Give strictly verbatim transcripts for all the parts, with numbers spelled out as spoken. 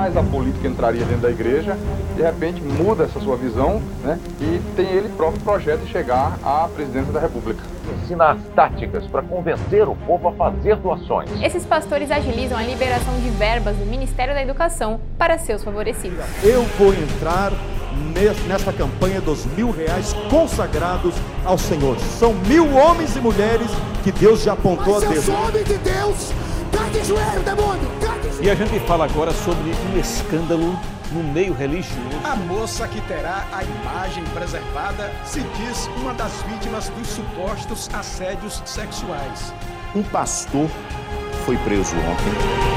jamais a política entraria dentro da igreja, de repente muda essa sua visão, né, e tem ele próprio projeto de chegar à presidência da República. Ensina as táticas para convencer o povo a fazer doações. Esses pastores agilizam a liberação de verbas do Ministério da Educação para seus favorecidos. Eu vou entrar nessa campanha dos mil reais consagrados ao Senhor. São mil homens e mulheres que Deus já apontou Mas a Deus. Eu sou homem de Deus. Cai de joelho, demônio. Cai de joelho. E a gente fala agora sobre um escândalo no meio religioso. A moça que terá a imagem preservada se diz uma das vítimas dos supostos assédios sexuais. Um pastor foi preso ontem.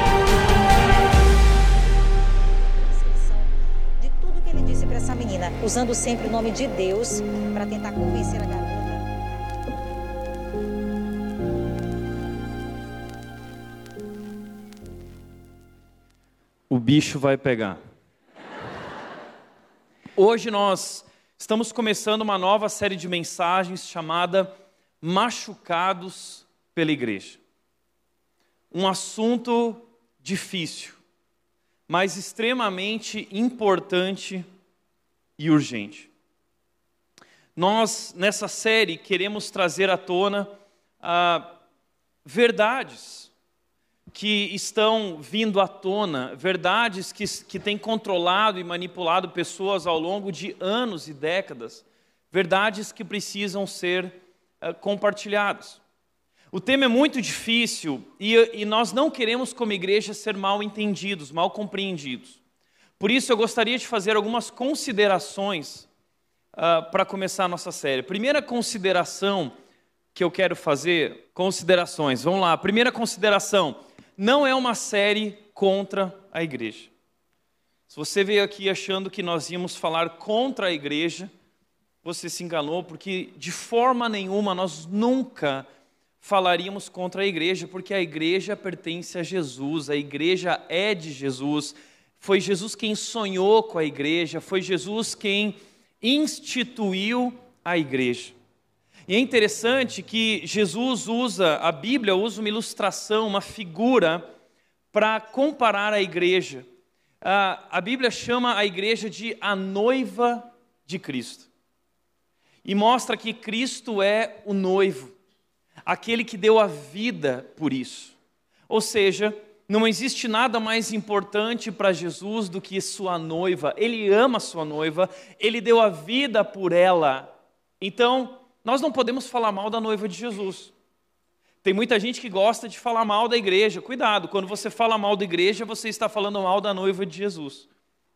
De tudo que ele disse para essa menina, usando sempre o nome de Deus para tentar convencer a garota. O bicho vai pegar. Hoje nós estamos começando uma nova série de mensagens chamada Machucados pela Igreja. Um assunto difícil, mas extremamente importante e urgente. Nós, nessa série, queremos trazer à tona ah, verdades que estão vindo à tona, verdades que, que têm controlado e manipulado pessoas ao longo de anos e décadas, verdades que precisam ser uh, compartilhadas. O tema é muito difícil e, e nós não queremos, como igreja, ser mal entendidos, mal compreendidos. Por isso, eu gostaria de fazer algumas considerações uh, para começar a nossa série. Primeira consideração que eu quero fazer, considerações, vamos lá. Primeira consideração: não é uma série contra a igreja. Se você veio aqui achando que nós íamos falar contra a igreja, você se enganou, porque de forma nenhuma nós nunca falaríamos contra a igreja, porque a igreja pertence a Jesus, a igreja é de Jesus. Foi Jesus quem sonhou com a igreja, foi Jesus quem instituiu a igreja. E é interessante que Jesus usa, a Bíblia usa uma ilustração, uma figura para comparar a igreja. A Bíblia chama a igreja de a noiva de Cristo. E mostra que Cristo é o noivo, aquele que deu a vida por isso. Ou seja, não existe nada mais importante para Jesus do que sua noiva. Ele ama sua noiva, ele deu a vida por ela. Então, nós não podemos falar mal da noiva de Jesus. Tem muita gente que gosta de falar mal da igreja. Cuidado, quando você fala mal da igreja, você está falando mal da noiva de Jesus.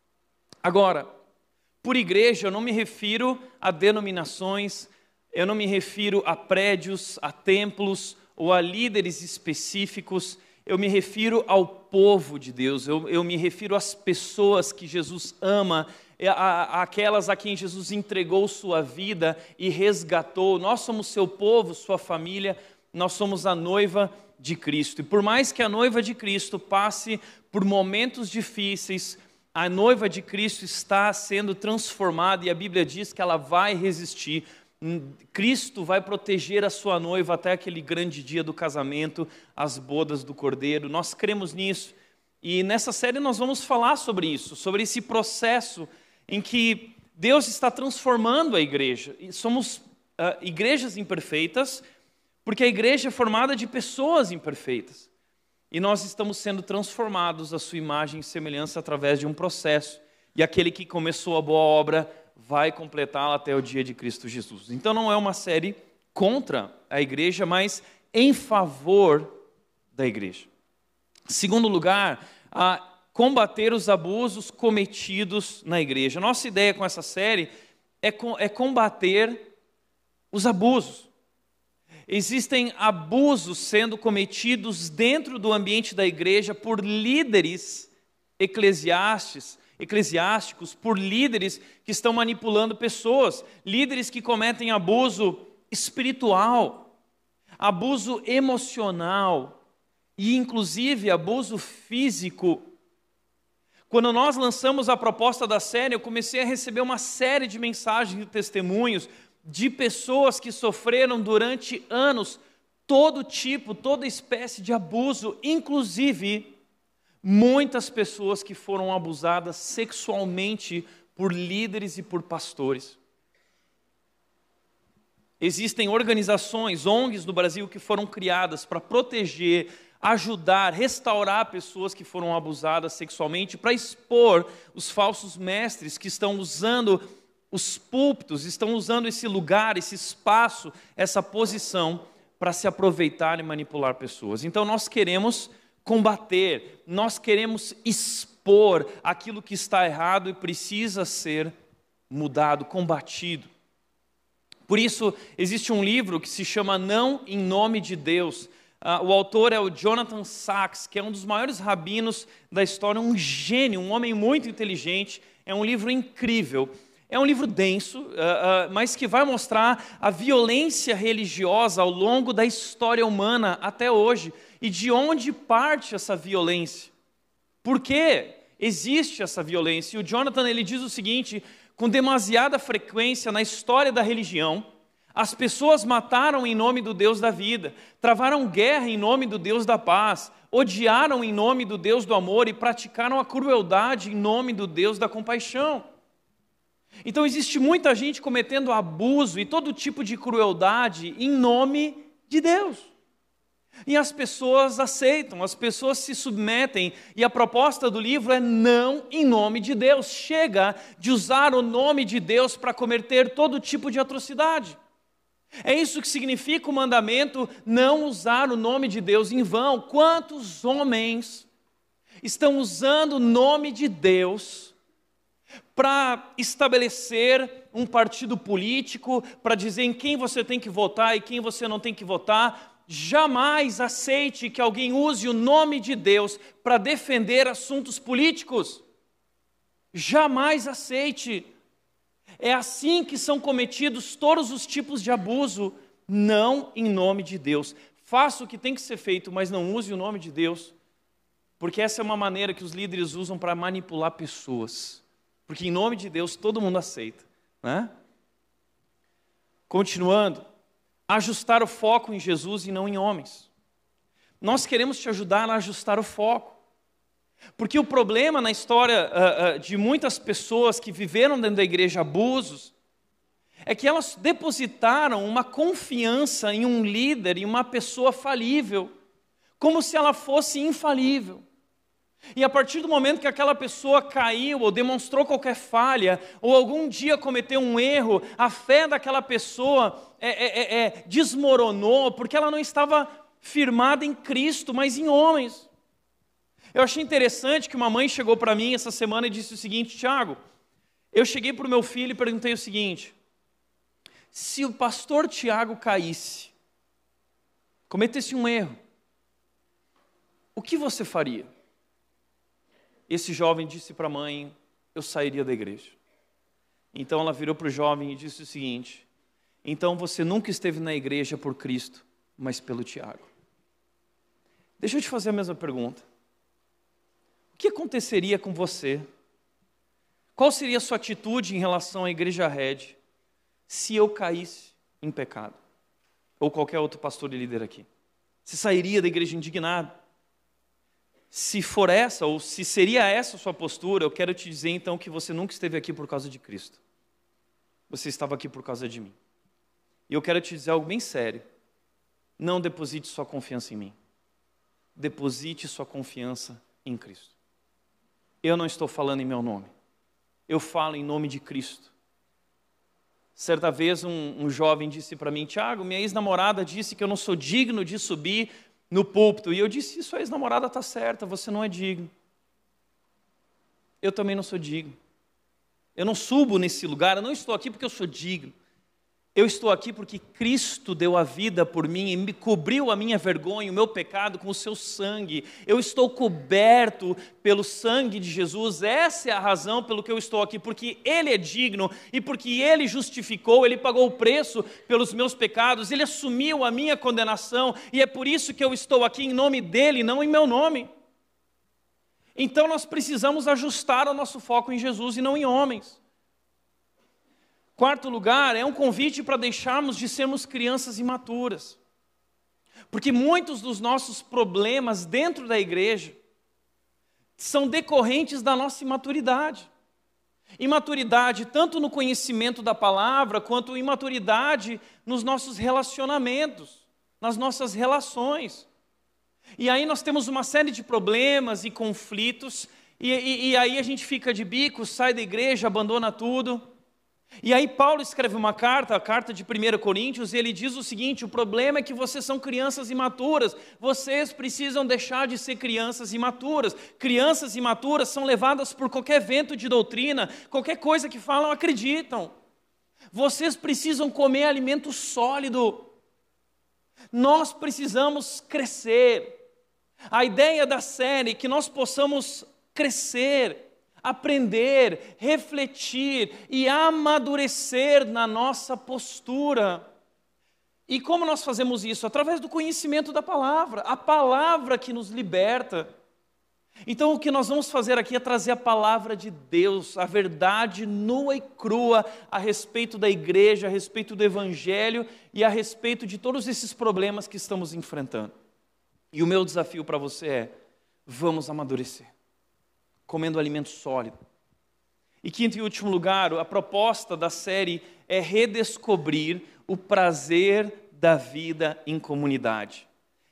Agora, por igreja eu não me refiro a denominações, eu não me refiro a prédios, a templos ou a líderes específicos. Eu me refiro ao povo de Deus, eu, eu me refiro às pessoas que Jesus ama, aquelas a quem Jesus entregou sua vida e resgatou. Nós somos seu povo, sua família, nós somos a noiva de Cristo. E por mais que a noiva de Cristo passe por momentos difíceis, a noiva de Cristo está sendo transformada e a Bíblia diz que ela vai resistir. Cristo vai proteger a sua noiva até aquele grande dia do casamento, as bodas do Cordeiro. Nós cremos nisso. E nessa série nós vamos falar sobre isso, sobre esse processo em que Deus está transformando a igreja. E somos uh, igrejas imperfeitas, porque a igreja é formada de pessoas imperfeitas. E nós estamos sendo transformados à sua imagem e semelhança através de um processo. E aquele que começou a boa obra vai completá-la até o dia de Cristo Jesus. Então não é uma série contra a igreja, mas em favor da igreja. Segundo lugar, a combater os abusos cometidos na igreja. Nossa ideia com essa série é, com, é combater os abusos. Existem abusos sendo cometidos dentro do ambiente da igreja por líderes eclesiásticos, eclesiásticos, por líderes que estão manipulando pessoas, líderes que cometem abuso espiritual, abuso emocional e inclusive abuso físico. Quando nós lançamos a proposta da série, eu comecei a receber uma série de mensagens e testemunhos de pessoas que sofreram durante anos todo tipo, toda espécie de abuso, inclusive Muitas pessoas que foram abusadas sexualmente por líderes e por pastores. Existem organizações, O N Gs no Brasil que foram criadas para proteger, ajudar, restaurar pessoas que foram abusadas sexualmente, para expor os falsos mestres que estão usando os púlpitos, estão usando esse lugar, esse espaço, essa posição para se aproveitar e manipular pessoas. Então nós queremos combater, nós queremos expor aquilo que está errado e precisa ser mudado, combatido. Por isso, existe um livro que se chama Não em Nome de Deus. Uh, o autor é o Jonathan Sacks, que é um dos maiores rabinos da história, um gênio, um homem muito inteligente. É um livro incrível. É um livro denso, uh, uh, mas que vai mostrar a violência religiosa ao longo da história humana até hoje. E de onde parte essa violência? Por que existe essa violência? E o Jonathan ele diz o seguinte: com demasiada frequência na história da religião, as pessoas mataram em nome do Deus da vida, travaram guerra em nome do Deus da paz, odiaram em nome do Deus do amor e praticaram a crueldade em nome do Deus da compaixão. Então existe muita gente cometendo abuso e todo tipo de crueldade em nome de Deus. E as pessoas aceitam, as pessoas se submetem, e a proposta do livro é não em nome de Deus. Chega de usar o nome de Deus para cometer todo tipo de atrocidade. É isso que significa o mandamento, não usar o nome de Deus em vão. Quantos homens estão usando o nome de Deus para estabelecer um partido político, para dizer em quem você tem que votar e quem você não tem que votar? Jamais aceite que alguém use o nome de Deus para defender assuntos políticos. Jamais aceite. É assim que são cometidos todos os tipos de abuso, não em nome de Deus. Faça o que tem que ser feito, mas não use o nome de Deus, porque essa é uma maneira que os líderes usam para manipular pessoas. Porque em nome de Deus todo mundo aceita, né? Continuando. Ajustar o foco em Jesus e não em homens. Nós queremos te ajudar a ajustar o foco. Porque o problema na história uh, uh, de muitas pessoas que viveram dentro da igreja abusos, é que elas depositaram uma confiança em um líder, em uma pessoa falível, como se ela fosse infalível. E a partir do momento que aquela pessoa caiu ou demonstrou qualquer falha, ou algum dia cometeu um erro, a fé daquela pessoa é, é, é, desmoronou, porque ela não estava firmada em Cristo, mas em homens. Eu achei interessante que uma mãe chegou para mim essa semana e disse o seguinte: Tiago, eu cheguei para o meu filho e perguntei o seguinte: se o pastor Tiago caísse, cometesse um erro, o que você faria? Esse jovem disse para a mãe: eu sairia da igreja. Então ela virou para o jovem e disse o seguinte: então você nunca esteve na igreja por Cristo, mas pelo Tiago. Deixa eu te fazer a mesma pergunta. O que aconteceria com você? Qual seria a sua atitude em relação à igreja Red se eu caísse em pecado? Ou qualquer outro pastor e líder aqui? Você sairia da igreja indignado? Se for essa, ou se seria essa a sua postura, eu quero te dizer então que você nunca esteve aqui por causa de Cristo. Você estava aqui por causa de mim. E eu quero te dizer algo bem sério. Não deposite sua confiança em mim. Deposite sua confiança em Cristo. Eu não estou falando em meu nome. Eu falo em nome de Cristo. Certa vez um, um jovem disse para mim: Tiago, minha ex-namorada disse que eu não sou digno de subir no púlpito. E eu disse: sua ex-namorada está certa, você não é digno. Eu também não sou digno. Eu não subo nesse lugar, eu não estou aqui porque eu sou digno. Eu estou aqui porque Cristo deu a vida por mim e me cobriu a minha vergonha, o meu pecado com o seu sangue. Eu estou coberto pelo sangue de Jesus. Essa é a razão pelo que eu estou aqui, porque Ele é digno e porque Ele justificou, Ele pagou o preço pelos meus pecados, Ele assumiu a minha condenação e é por isso que eu estou aqui em nome dEle, não em meu nome. Então nós precisamos ajustar o nosso foco em Jesus e não em homens. Quarto lugar, é um convite para deixarmos de sermos crianças imaturas. Porque muitos dos nossos problemas dentro da igreja são decorrentes da nossa imaturidade. Imaturidade tanto no conhecimento da palavra, quanto imaturidade nos nossos relacionamentos, nas nossas relações. E aí nós temos uma série de problemas e conflitos, e, e, e aí a gente fica de bico, sai da igreja, abandona tudo. E aí Paulo escreve uma carta, a carta de primeira Coríntios, e ele diz o seguinte: o problema é que vocês são crianças imaturas, vocês precisam deixar de ser crianças imaturas. Crianças imaturas são levadas por qualquer vento de doutrina, qualquer coisa que falam, acreditam. Vocês precisam comer alimento sólido. Nós precisamos crescer. A ideia da série é que nós possamos crescer, aprender, refletir e amadurecer na nossa postura. E como nós fazemos isso? Através do conhecimento da palavra, a palavra que nos liberta. Então o que nós vamos fazer aqui é trazer a palavra de Deus, a verdade nua e crua a respeito da igreja, a respeito do evangelho e a respeito de todos esses problemas que estamos enfrentando. E o meu desafio para você é: vamos amadurecer, comendo alimento sólido. E quinto e último lugar, a proposta da série é redescobrir o prazer da vida em comunidade.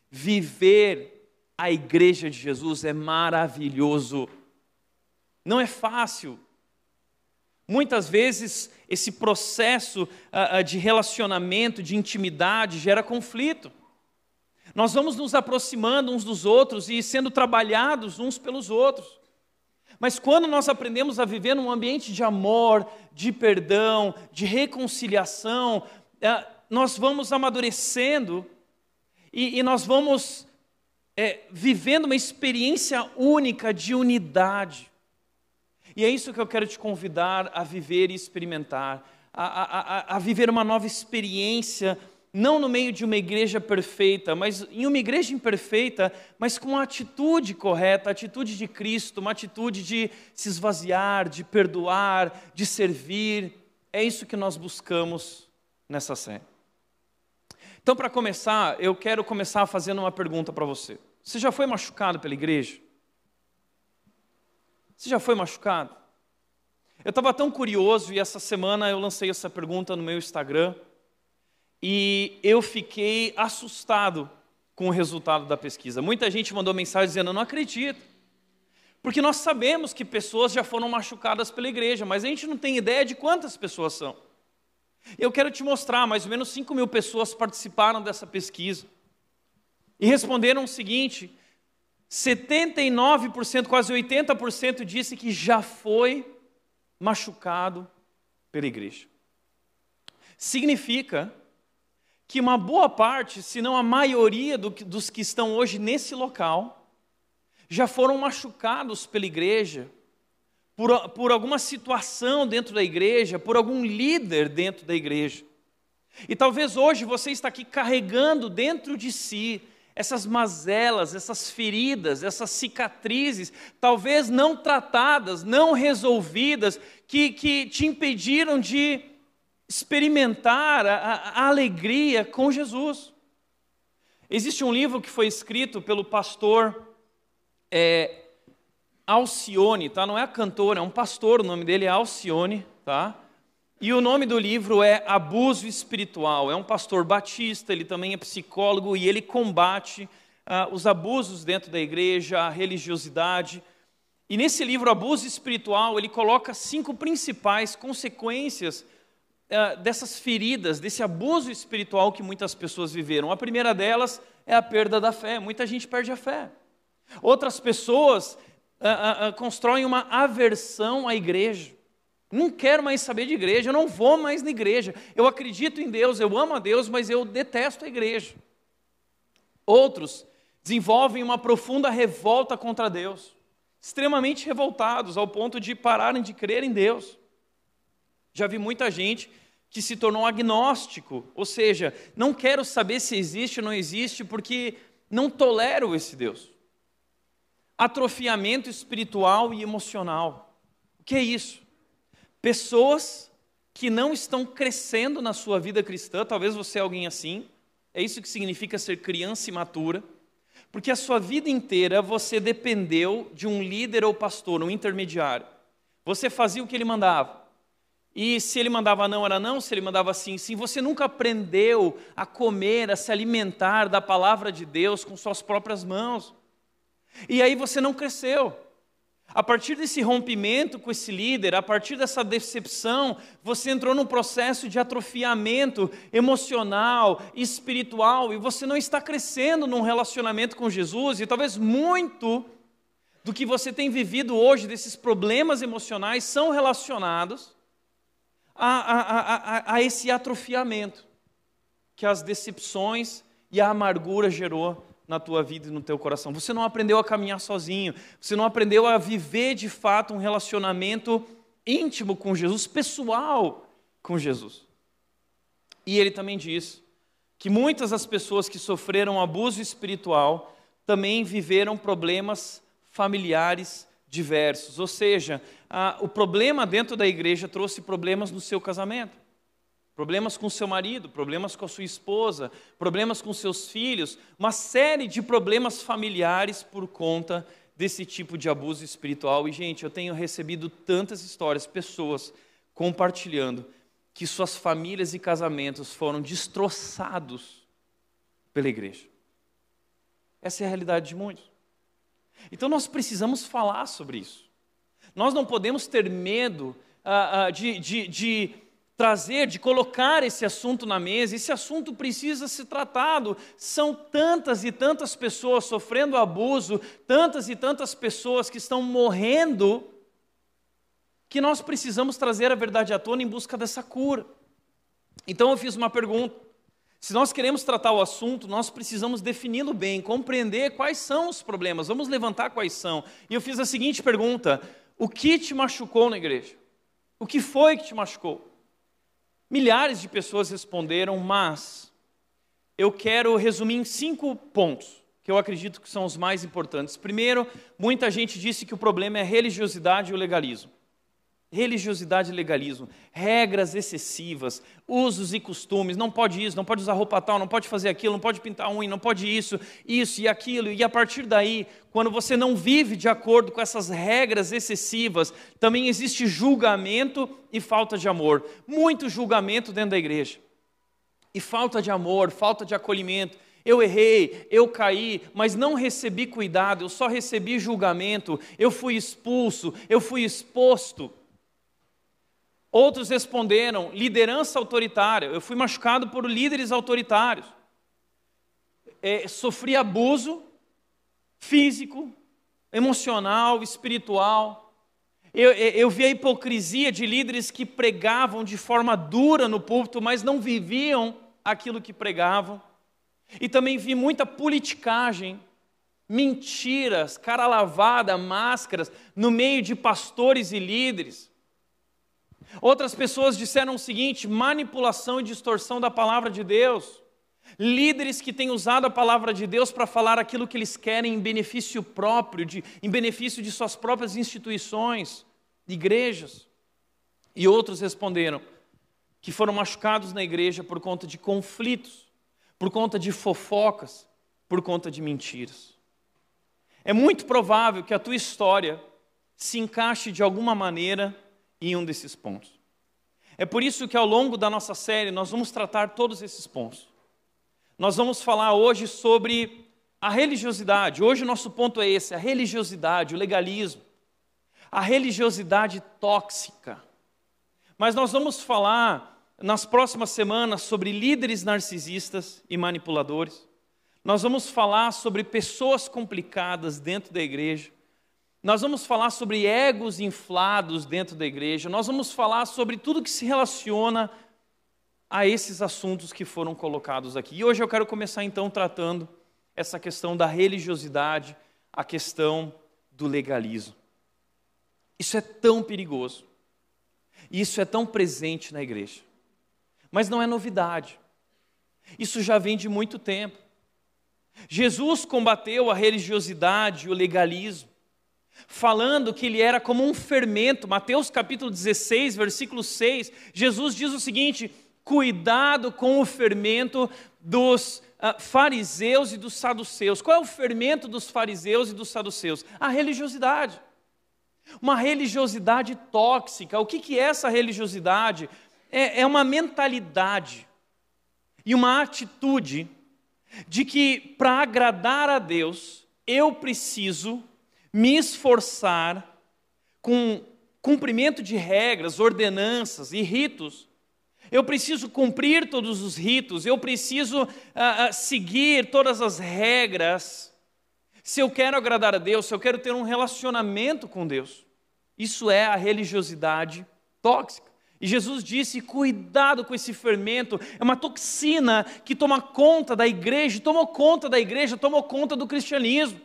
Viver a igreja de Jesus é maravilhoso. Não é fácil. Muitas vezes esse processo uh, uh, de relacionamento, de intimidade, gera conflito. Nós vamos nos aproximando uns dos outros e sendo trabalhados uns pelos outros. Mas quando nós aprendemos a viver num ambiente de amor, de perdão, de reconciliação, nós vamos amadurecendo e, e nós vamos é, vivendo uma experiência única de unidade. E é isso que eu quero te convidar a viver e experimentar, a, a, a, a viver uma nova experiência, não no meio de uma igreja perfeita, mas em uma igreja imperfeita, mas com a atitude correta, a atitude de Cristo, uma atitude de se esvaziar, de perdoar, de servir. É isso que nós buscamos nessa série. Então, para começar, eu quero começar fazendo uma pergunta para você. Você já foi machucado pela igreja? Você já foi machucado? Eu estava tão curioso e essa semana eu lancei essa pergunta no meu Instagram. E eu fiquei assustado com o resultado da pesquisa. Muita gente mandou mensagem dizendo: eu não acredito. Porque nós sabemos que pessoas já foram machucadas pela igreja, mas a gente não tem ideia de quantas pessoas são. Eu quero te mostrar, mais ou menos cinco mil pessoas participaram dessa pesquisa. E responderam o seguinte: setenta e nove por cento, quase oitenta por cento disse que já foi machucado pela igreja. Significa que uma boa parte, se não a maioria do, dos que estão hoje nesse local, já foram machucados pela igreja, por, por alguma situação dentro da igreja, por algum líder dentro da igreja. E talvez hoje você está aqui carregando dentro de si essas mazelas, essas feridas, essas cicatrizes, talvez não tratadas, não resolvidas, que, que te impediram de experimentar a, a, a alegria com Jesus. Existe um livro que foi escrito pelo pastor é, Alcione, tá? Não é a cantora, é um pastor, o nome dele é Alcione, tá? E o nome do livro é Abuso Espiritual. É um pastor batista, ele também é psicólogo e ele combate uh, os abusos dentro da igreja, a religiosidade. E nesse livro, Abuso Espiritual, ele coloca cinco principais consequências dessas feridas, desse abuso espiritual que muitas pessoas viveram. A primeira delas é a perda da fé. Muita gente perde a fé. Outras pessoas uh, uh, constroem uma aversão à igreja. Não quero mais saber de igreja, eu não vou mais na igreja. Eu acredito em Deus, eu amo a Deus, mas eu detesto a igreja. Outros desenvolvem uma profunda revolta contra Deus, extremamente revoltados, ao ponto de pararem de crer em Deus. Já vi muita gente que se tornou agnóstico, ou seja, não quero saber se existe ou não existe, porque não tolero esse Deus. Atrofiamento espiritual e emocional. O que é isso? Pessoas que não estão crescendo na sua vida cristã, talvez você é alguém assim, é isso que significa ser criança imatura. Porque a sua vida inteira você dependeu de um líder ou pastor, um intermediário. Você fazia o que ele mandava. E se ele mandava não, era não, se ele mandava sim, sim. Você nunca aprendeu a comer, a se alimentar da palavra de Deus com suas próprias mãos. E aí você não cresceu. A partir desse rompimento com esse líder, a partir dessa decepção, você entrou num processo de atrofiamento emocional, espiritual, e você não está crescendo num relacionamento com Jesus, e talvez muito do que você tem vivido hoje, desses problemas emocionais, são relacionados a, a, a, a, a esse atrofiamento que as decepções e a amargura gerou na tua vida e no teu coração. Você não aprendeu a caminhar sozinho, você não aprendeu a viver de fato um relacionamento íntimo com Jesus, pessoal com Jesus. E ele também diz que muitas das pessoas que sofreram abuso espiritual também viveram problemas familiares diversos, ou seja, a, o problema dentro da igreja trouxe problemas no seu casamento. Problemas com seu marido, problemas com a sua esposa, problemas com seus filhos, uma série de problemas familiares por conta desse tipo de abuso espiritual. E, gente, eu tenho recebido tantas histórias, pessoas compartilhando que suas famílias e casamentos foram destroçados pela igreja. Essa é a realidade de muitos. Então, nós precisamos falar sobre isso. Nós não podemos ter medo uh, uh, de... de, de trazer, de colocar esse assunto na mesa. Esse assunto precisa ser tratado. São tantas e tantas pessoas sofrendo abuso, tantas e tantas pessoas que estão morrendo, que nós precisamos trazer a verdade à tona em busca dessa cura. Então eu fiz uma pergunta. Se nós queremos tratar o assunto, nós precisamos defini-lo bem, compreender quais são os problemas, vamos levantar quais são. E eu fiz a seguinte pergunta: o que te machucou na igreja? O que foi que te machucou? Milhares de pessoas responderam, mas eu quero resumir em cinco pontos, que eu acredito que são os mais importantes. Primeiro, muita gente disse que o problema é a religiosidade e o legalismo. Religiosidade e legalismo, regras excessivas, usos e costumes, não pode isso, não pode usar roupa tal, não pode fazer aquilo, não pode pintar a unha, não pode isso, isso e aquilo. E a partir daí, quando você não vive de acordo com essas regras excessivas, também existe julgamento e falta de amor. Muito julgamento dentro da igreja. E falta de amor, falta de acolhimento. Eu errei, eu caí, mas não recebi cuidado, eu só recebi julgamento, eu fui expulso, eu fui exposto. Outros responderam, liderança autoritária. Eu fui machucado por líderes autoritários. É, sofri abuso físico, emocional, espiritual. Eu, eu, eu vi a hipocrisia de líderes que pregavam de forma dura no púlpito, mas não viviam aquilo que pregavam. E também vi muita politicagem, mentiras, cara lavada, máscaras, no meio de pastores e líderes. Outras pessoas disseram o seguinte: manipulação e distorção da palavra de Deus. Líderes que têm usado a palavra de Deus para falar aquilo que eles querem em benefício próprio, de, em benefício de suas próprias instituições, igrejas. E outros responderam que foram machucados na igreja por conta de conflitos, por conta de fofocas, por conta de mentiras. É muito provável que a tua história se encaixe de alguma maneira em um desses pontos. É por isso que ao longo da nossa série nós vamos tratar todos esses pontos. Nós vamos falar hoje sobre a religiosidade. Hoje o nosso ponto é esse, a religiosidade, o legalismo. A religiosidade tóxica. Mas nós vamos falar nas próximas semanas sobre líderes narcisistas e manipuladores. Nós vamos falar sobre pessoas complicadas dentro da igreja. Nós vamos falar sobre egos inflados dentro da igreja. Nós vamos falar sobre tudo que se relaciona a esses assuntos que foram colocados aqui. E hoje eu quero começar então tratando essa questão da religiosidade, a questão do legalismo. Isso é tão perigoso. Isso é tão presente na igreja. Mas não é novidade. Isso já vem de muito tempo. Jesus combateu a religiosidade e o legalismo, falando que ele era como um fermento. Mateus capítulo dezesseis, versículo seis, Jesus diz o seguinte: cuidado com o fermento dos uh, fariseus e dos saduceus. Qual é o fermento dos fariseus e dos saduceus? A religiosidade. Uma religiosidade tóxica. O que, que é essa religiosidade? É, é uma mentalidade e uma atitude de que para agradar a Deus, eu preciso me esforçar com cumprimento de regras, ordenanças e ritos. Eu preciso cumprir todos os ritos, eu preciso uh, uh, seguir todas as regras. Se eu quero agradar a Deus, se eu quero ter um relacionamento com Deus. Isso é a religiosidade tóxica. E Jesus disse, cuidado com esse fermento, é uma toxina que toma conta da igreja, tomou conta da igreja, tomou conta do cristianismo.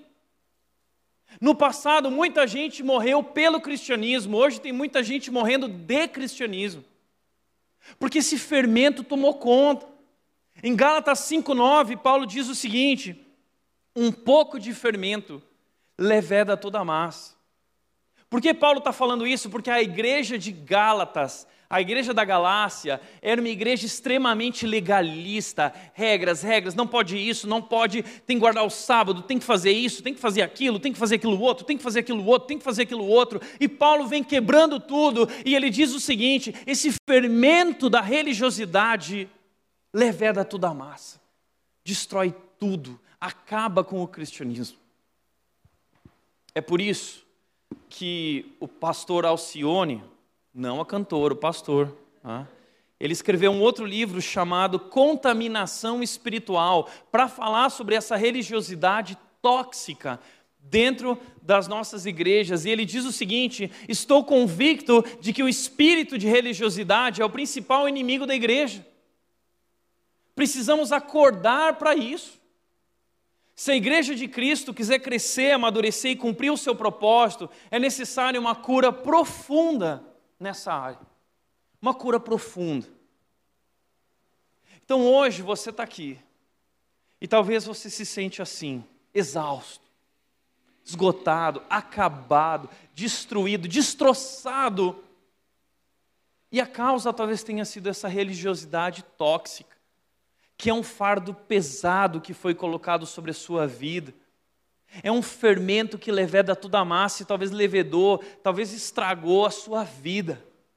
No passado, muita gente morreu pelo cristianismo, hoje tem muita gente morrendo de cristianismo. Porque esse fermento tomou conta. Em Gálatas cinco, nove, Paulo diz o seguinte, um pouco de fermento leveda toda a massa. Por que Paulo está falando isso? Porque a igreja de Gálatas, a igreja da Galácia, era uma igreja extremamente legalista. Regras, regras, não pode isso, não pode, tem que guardar o sábado, tem que fazer isso, tem que fazer aquilo, tem que fazer aquilo outro, tem que fazer aquilo outro, tem que fazer aquilo outro. E Paulo vem quebrando tudo e ele diz o seguinte, esse fermento da religiosidade leveda toda a massa, destrói tudo, acaba com o cristianismo. É por isso que o pastor Alcione, não a cantora, o pastor, tá? Ele escreveu um outro livro chamado Contaminação Espiritual, para falar sobre essa religiosidade tóxica dentro das nossas igrejas. E ele diz o seguinte, estou convicto de que o espírito de religiosidade é o principal inimigo da igreja. Precisamos acordar para isso. Se a igreja de Cristo quiser crescer, amadurecer e cumprir o seu propósito, é necessária uma cura profunda nessa área. Uma cura profunda. Então hoje você está aqui e talvez você se sente assim, exausto, esgotado, acabado, destruído, destroçado. E a causa talvez tenha sido essa religiosidade tóxica, que é um fardo pesado que foi colocado sobre a sua vida. É um fermento que leveda toda a massa e talvez levedou, talvez estragou a sua vida.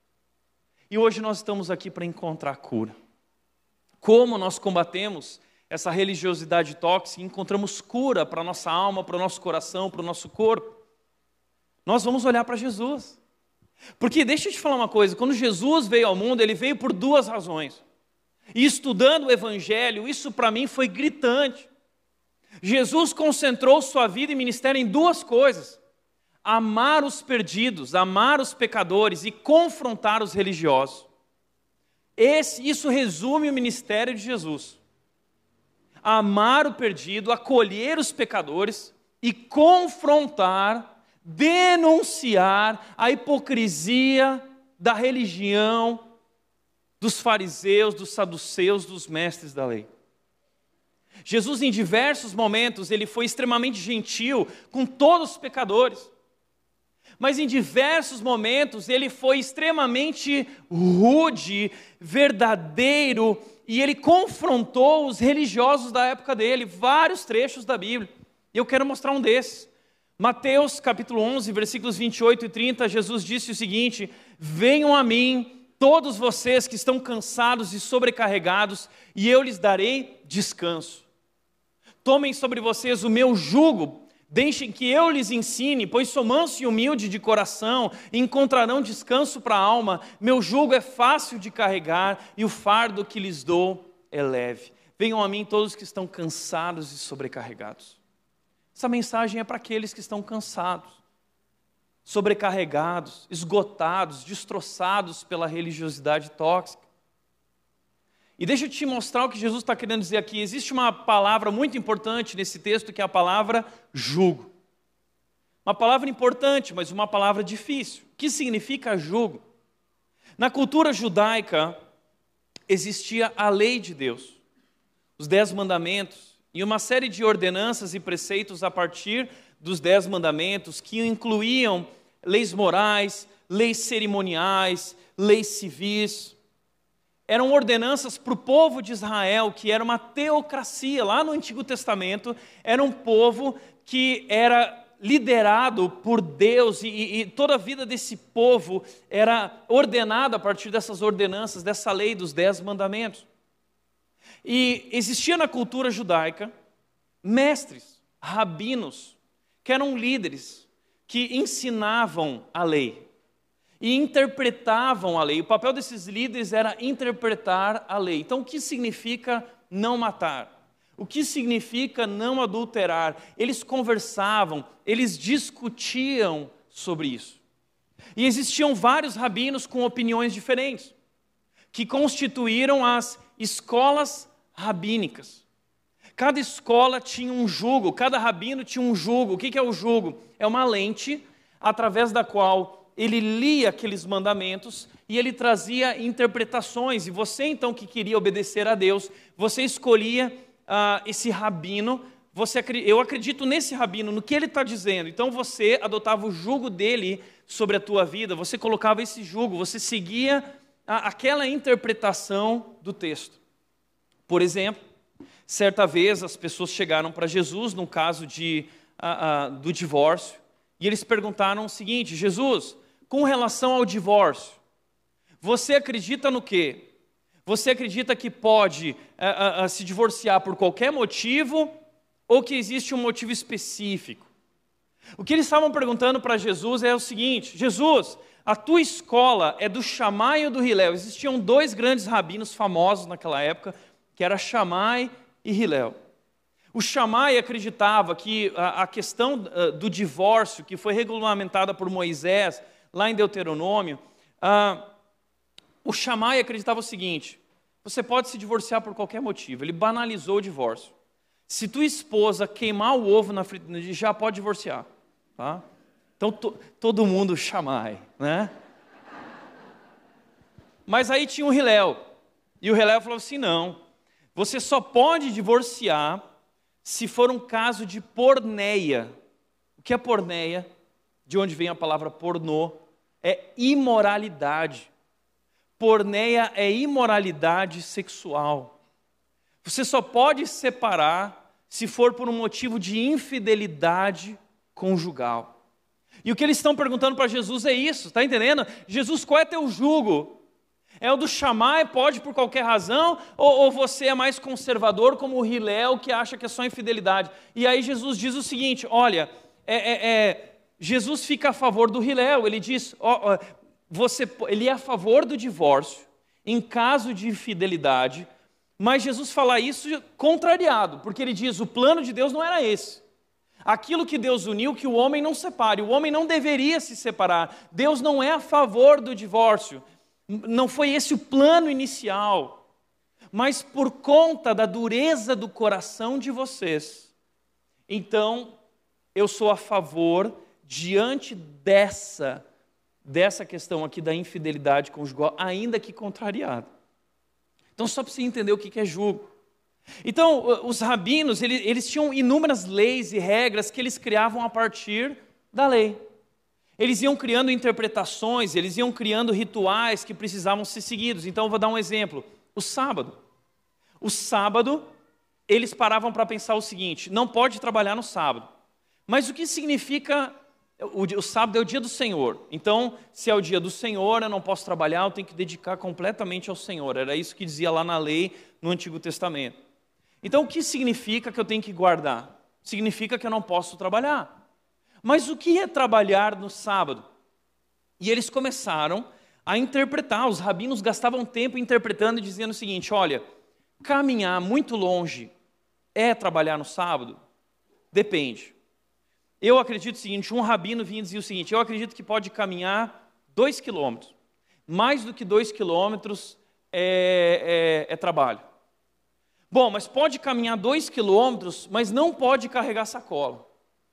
E hoje nós estamos aqui para encontrar cura. Como nós combatemos essa religiosidade tóxica e encontramos cura para a nossa alma, para o nosso coração, para o nosso corpo? Nós vamos olhar para Jesus. Porque deixa eu te falar uma coisa, quando Jesus veio ao mundo, ele veio por duas razões. E estudando o Evangelho, isso para mim foi gritante. Jesus concentrou sua vida e ministério em duas coisas: amar os perdidos, amar os pecadores e confrontar os religiosos. Esse, isso resume o ministério de Jesus. Amar o perdido, acolher os pecadores e confrontar, denunciar a hipocrisia da religião, dos fariseus, dos saduceus, dos mestres da lei. Jesus, em diversos momentos, ele foi extremamente gentil com todos os pecadores. Mas em diversos momentos, ele foi extremamente rude, verdadeiro, e ele confrontou os religiosos da época dele, vários trechos da Bíblia. E eu quero mostrar um desses. Mateus capítulo onze, versículos vinte e oito e trinta, Jesus disse o seguinte: venham a mim, todos vocês que estão cansados e sobrecarregados, e eu lhes darei descanso. Tomem sobre vocês o meu jugo, deixem que eu lhes ensine, pois sou manso e humilde de coração, e encontrarão descanso para a alma. Meu jugo é fácil de carregar, e o fardo que lhes dou é leve. Venham a mim todos que estão cansados e sobrecarregados. Essa mensagem é para aqueles que estão cansados, sobrecarregados, esgotados, destroçados pela religiosidade tóxica. E deixa eu te mostrar o que Jesus está querendo dizer aqui. Existe uma palavra muito importante nesse texto, que é a palavra jugo. Uma palavra importante, mas uma palavra difícil. O que significa jugo? Na cultura judaica, existia a lei de Deus, os dez mandamentos, e uma série de ordenanças e preceitos a partir dos dez mandamentos, que incluíam leis morais, leis cerimoniais, leis civis. eram ordenanças para o povo de Israel, que era uma teocracia. Lá no Antigo Testamento, era um povo que era liderado por Deus, e, e toda a vida desse povo era ordenada a partir dessas ordenanças, dessa lei dos dez mandamentos. E existia na cultura judaica mestres, rabinos, que eram líderes, que ensinavam a lei e interpretavam a lei. O papel desses líderes era interpretar a lei. Então, o que significa não matar? O que significa não adulterar? Eles conversavam, eles discutiam sobre isso. E existiam vários rabinos com opiniões diferentes, que constituíram as escolas rabínicas. Cada escola tinha um jugo, cada rabino tinha um jugo. O que é o jugo? É uma lente através da qual ele lia aqueles mandamentos e ele trazia interpretações. E você, então, que queria obedecer a Deus, você escolhia uh, esse rabino. Você, eu acredito nesse rabino, no que ele está dizendo. Então, você adotava o jugo dele sobre a tua vida, você colocava esse jugo, você seguia a, aquela interpretação do texto. Por exemplo, certa vez as pessoas chegaram para Jesus, no caso de, uh, uh, do divórcio, e eles perguntaram o seguinte: Jesus, com relação ao divórcio, você acredita no quê? Você acredita que pode uh, uh, se divorciar por qualquer motivo ou que existe um motivo específico? O que eles estavam perguntando para Jesus é o seguinte: Jesus, a tua escola é do Shammai ou do Hillel? Existiam dois grandes rabinos famosos naquela época, que era Shammai e Hillel. O Shammai acreditava que a, a questão uh, do divórcio, que foi regulamentada por Moisés, lá em Deuteronômio, uh, o Shammai acreditava o seguinte: você pode se divorciar por qualquer motivo. Ele banalizou o divórcio. Se tua esposa queimar o ovo na frigideira, já pode divorciar. Tá? Então, to, todo mundo Shammai, né? Mas aí tinha o Hillel. E o Hillel falou assim: não, você só pode divorciar se for um caso de porneia. O que é porneia? De onde vem a palavra pornô? É imoralidade. Porneia é imoralidade sexual. Você só pode separar se for por um motivo de infidelidade conjugal. E o que eles estão perguntando para Jesus é isso, está entendendo? Jesus, qual é teu jugo? É o do Shammai, pode por qualquer razão, ou, ou você é mais conservador como o Hillel, que acha que é só infidelidade? E aí Jesus diz o seguinte: olha, é, é, é, Jesus fica a favor do Hillel. Ele diz, ó, ó, você, ele é a favor do divórcio em caso de infidelidade, mas Jesus fala isso contrariado, porque ele diz, o plano de Deus não era esse. Aquilo que Deus uniu, que o homem não separe. O homem não deveria se separar. Deus não é a favor do divórcio. Não foi esse o plano inicial. Mas por conta da dureza do coração de vocês, então eu sou a favor, diante dessa, dessa questão aqui da infidelidade conjugal, ainda que contrariada. Então só para você entender o que é jugo. Então, os rabinos, eles, eles tinham inúmeras leis e regras que eles criavam a partir da lei. Eles iam criando interpretações, eles iam criando rituais que precisavam ser seguidos. Então, eu vou dar um exemplo. O sábado. O sábado, eles paravam para pensar o seguinte, não pode trabalhar no sábado. Mas o que significa, o, o sábado é o dia do Senhor. Então, se é o dia do Senhor, eu não posso trabalhar, eu tenho que dedicar completamente ao Senhor. Era isso que dizia lá na lei, no Antigo Testamento. Então, o que significa que eu tenho que guardar? Significa que eu não posso trabalhar. Mas o que é trabalhar no sábado? E eles começaram a interpretar, os rabinos gastavam tempo interpretando e dizendo o seguinte, olha, caminhar muito longe é trabalhar no sábado? Depende. Eu acredito o seguinte, um rabino vinha dizer o seguinte, eu acredito que pode caminhar dois quilômetros. Mais do que dois quilômetros é, é, é trabalho. Bom, mas pode caminhar dois quilômetros, mas não pode carregar sacola.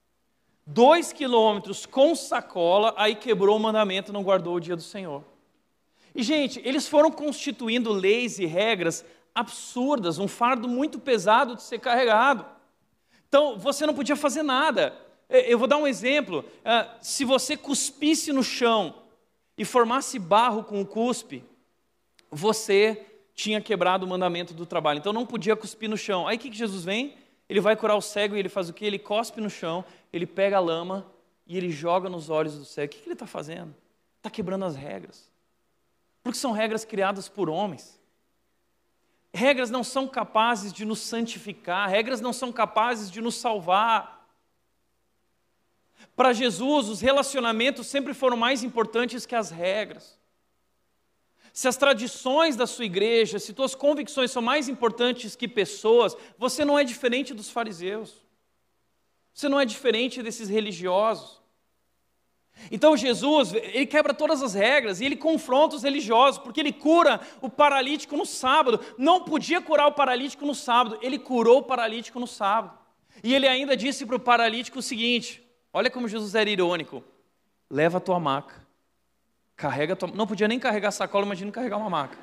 Dois quilômetros com sacola, aí quebrou o mandamento, não guardou o dia do Senhor. E, gente, eles foram constituindo leis e regras absurdas, um fardo muito pesado de ser carregado. Então, você não podia fazer nada. Eu vou dar um exemplo. Se você cuspisse no chão e formasse barro com o cuspe, você tinha quebrado o mandamento do trabalho. Então não podia cuspir no chão. Aí o que que Jesus vem? Ele vai curar o cego e ele faz o quê? Ele cospe no chão, ele pega a lama e ele joga nos olhos do cego. O que que ele está fazendo? Está quebrando as regras. Porque são regras criadas por homens. Regras não são capazes de nos santificar, regras não são capazes de nos salvar. Para Jesus, os relacionamentos sempre foram mais importantes que as regras. Se as tradições da sua igreja, se tuas convicções são mais importantes que pessoas, você não é diferente dos fariseus. Você não é diferente desses religiosos. Então Jesus, ele quebra todas as regras e ele confronta os religiosos, porque ele cura o paralítico no sábado. Não podia curar o paralítico no sábado, ele curou o paralítico no sábado. E ele ainda disse para o paralítico o seguinte, olha como Jesus era irônico, leva a tua maca, carrega a tua... Não podia nem carregar a sacola, imagina carregar uma maca.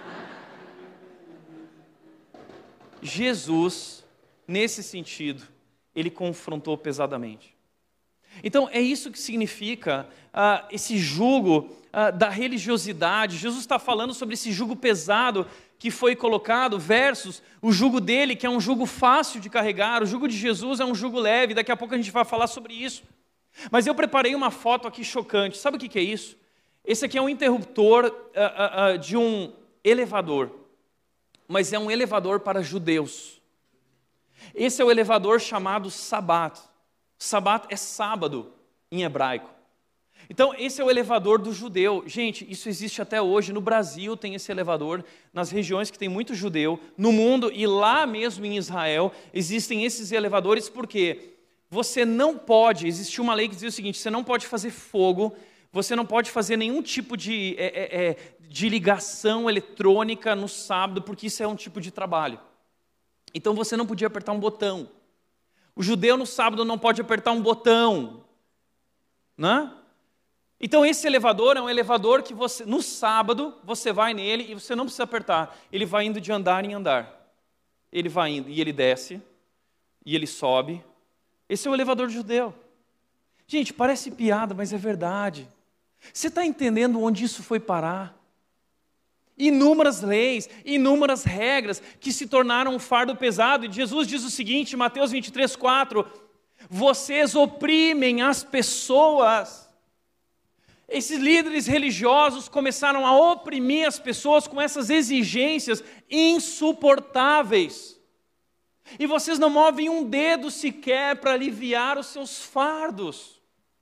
Jesus, nesse sentido, ele confrontou pesadamente. Então, é isso que significa uh, esse jugo uh, da religiosidade. Jesus está falando sobre esse jugo pesado que foi colocado versus o jugo dele, que é um jugo fácil de carregar. O jugo de Jesus é um jugo leve, daqui a pouco a gente vai falar sobre isso. Mas eu preparei uma foto aqui chocante. Sabe o que é isso? Esse aqui é um interruptor uh, uh, uh, de um elevador, mas é um elevador para judeus. Esse é o elevador chamado Sabat. Sabat é sábado em hebraico. Então, esse é o elevador do judeu. Gente, isso existe até hoje. No Brasil tem esse elevador, nas regiões que tem muito judeu, no mundo e lá mesmo em Israel, existem esses elevadores porque você não pode, existe uma lei que diz o seguinte, você não pode fazer fogo, você não pode fazer nenhum tipo de, é, é, é, de ligação eletrônica no sábado, porque isso é um tipo de trabalho. Então, você não podia apertar um botão. O judeu no sábado não pode apertar um botão, né? Então esse elevador é um elevador que você, no sábado, você vai nele e você não precisa apertar. Ele vai indo de andar em andar. Ele vai indo e ele desce, e ele sobe. Esse é o elevador judeu. Gente, parece piada, mas é verdade. Você está entendendo onde isso foi parar? Inúmeras leis, inúmeras regras que se tornaram um fardo pesado. E Jesus diz o seguinte, Mateus vinte e três, quatro, vocês oprimem as pessoas. Esses líderes religiosos começaram a oprimir as pessoas com essas exigências insuportáveis. E vocês não movem um dedo sequer para aliviar os seus fardos.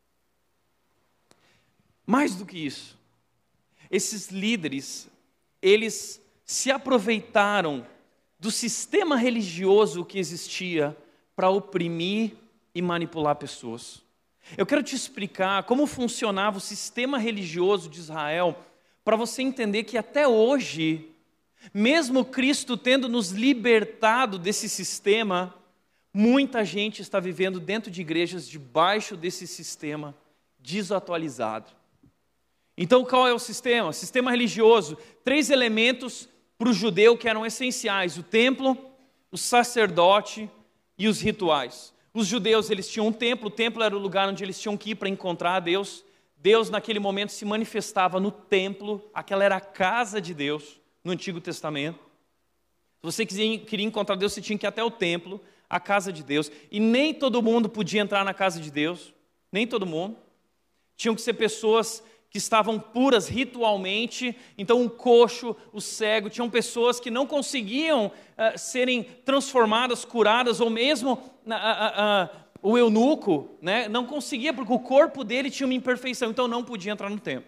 Mais do que isso, esses líderes, eles se aproveitaram do sistema religioso que existia para oprimir e manipular pessoas. Eu quero te explicar como funcionava o sistema religioso de Israel, para você entender que até hoje, mesmo Cristo tendo nos libertado desse sistema, muita gente está vivendo dentro de igrejas debaixo desse sistema desatualizado. Então, qual é o sistema? O sistema religioso, três elementos para o judeu que eram essenciais: o templo, o sacerdote e os rituais. Os judeus, eles tinham um templo, o templo era o lugar onde eles tinham que ir para encontrar a Deus. Deus, naquele momento, se manifestava no templo, aquela era a casa de Deus, no Antigo Testamento. Se você queria encontrar Deus, você tinha que ir até o templo, a casa de Deus. E nem todo mundo podia entrar na casa de Deus, nem todo mundo. Tinham que ser pessoas que estavam puras ritualmente, então um coxo, o cego, tinham pessoas que não conseguiam uh, serem transformadas, curadas, ou mesmo uh, uh, uh, o eunuco, né, não conseguia, porque o corpo dele tinha uma imperfeição, então não podia entrar no templo.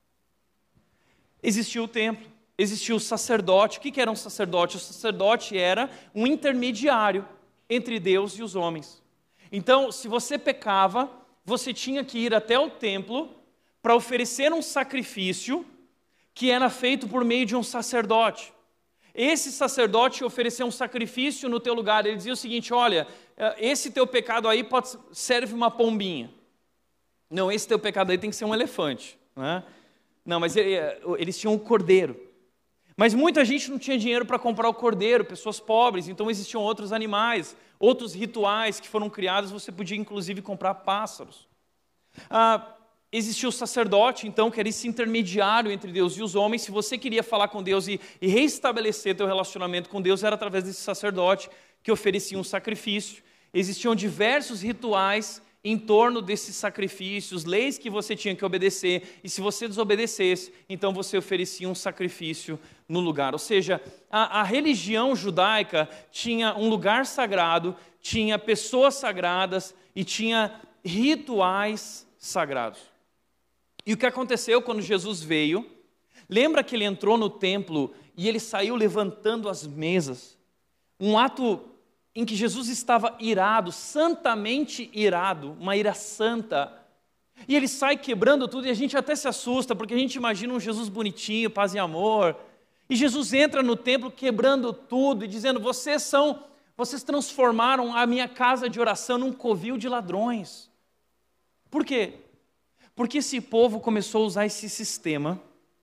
Existia o templo, existia o sacerdote. O que era um sacerdote? O sacerdote era um intermediário entre Deus e os homens. Então, se você pecava, você tinha que ir até o templo para oferecer um sacrifício que era feito por meio de um sacerdote. Esse sacerdote ofereceu um sacrifício no teu lugar. Ele dizia o seguinte: olha, esse teu pecado aí pode, serve uma pombinha. Não, esse teu pecado aí tem que ser um elefante, né? Não, mas ele, eles tinham um cordeiro. Mas muita gente não tinha dinheiro para comprar o cordeiro, pessoas pobres, então existiam outros animais, outros rituais que foram criados, você podia inclusive comprar pássaros. Ah, existia o sacerdote, então, que era esse intermediário entre Deus e os homens. Se você queria falar com Deus e, e reestabelecer teu relacionamento com Deus, era através desse sacerdote que oferecia um sacrifício. Existiam diversos rituais em torno desses sacrifícios, leis que você tinha que obedecer, e se você desobedecesse, então você oferecia um sacrifício no lugar. Ou seja, a, a religião judaica tinha um lugar sagrado, tinha pessoas sagradas e tinha rituais sagrados. E o que aconteceu quando Jesus veio? Lembra que ele entrou no templo e ele saiu levantando as mesas? Um ato em que Jesus estava irado, santamente irado, uma ira santa. E ele sai quebrando tudo e a gente até se assusta, porque a gente imagina um Jesus bonitinho, paz e amor. E Jesus entra no templo quebrando tudo e dizendo, vocês são, vocês transformaram a minha casa de oração num covil de ladrões. Por quê? Porque esse povo começou a usar esse sistema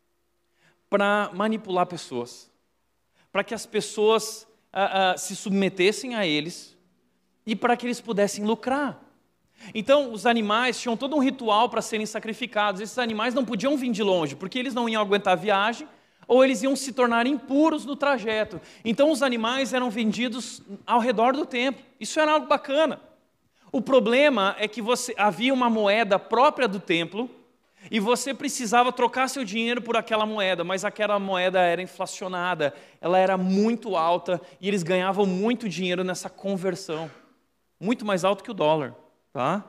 para manipular pessoas, para que as pessoas uh, uh, se submetessem a eles e para que eles pudessem lucrar. Então, os animais tinham todo um ritual para serem sacrificados. Esses animais não podiam vir de longe, porque eles não iam aguentar a viagem ou eles iam se tornar impuros no trajeto. Então, os animais eram vendidos ao redor do templo. Isso era algo bacana. O problema é que você, havia uma moeda própria do templo e você precisava trocar seu dinheiro por aquela moeda, mas aquela moeda era inflacionada, ela era muito alta e eles ganhavam muito dinheiro nessa conversão, muito mais alto que o dólar, tá?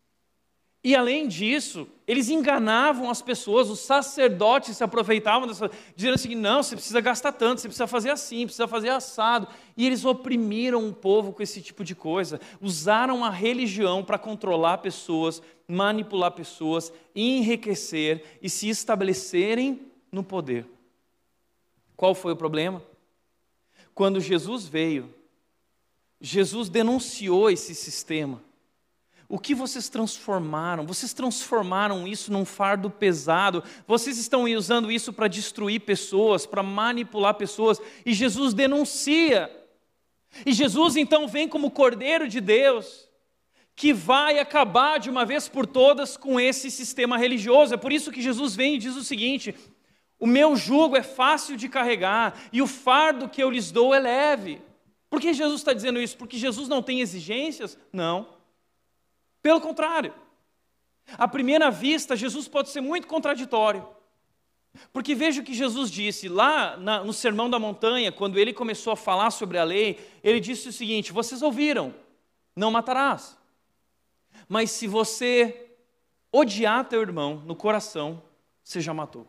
E além disso, eles enganavam as pessoas, os sacerdotes se aproveitavam dessa, dizendo assim, não, você precisa gastar tanto, você precisa fazer assim, precisa fazer assado. E eles oprimiram o povo com esse tipo de coisa, usaram a religião para controlar pessoas, manipular pessoas, enriquecer e se estabelecerem no poder. Qual foi o problema? Quando Jesus veio, Jesus denunciou esse sistema. O que vocês transformaram? Vocês transformaram isso num fardo pesado. Vocês estão usando isso para destruir pessoas, para manipular pessoas. E Jesus denuncia. E Jesus então vem como Cordeiro de Deus, que vai acabar de uma vez por todas com esse sistema religioso. É por isso que Jesus vem e diz o seguinte, o meu jugo é fácil de carregar e o fardo que eu lhes dou é leve. Por que Jesus está dizendo isso? Porque Jesus não tem exigências? Não. Pelo contrário, à primeira vista, Jesus pode ser muito contraditório. Porque veja o que Jesus disse lá na, no Sermão da Montanha, quando ele começou a falar sobre a lei, ele disse o seguinte, vocês ouviram, não matarás. Mas se você odiar teu irmão no coração, você já matou.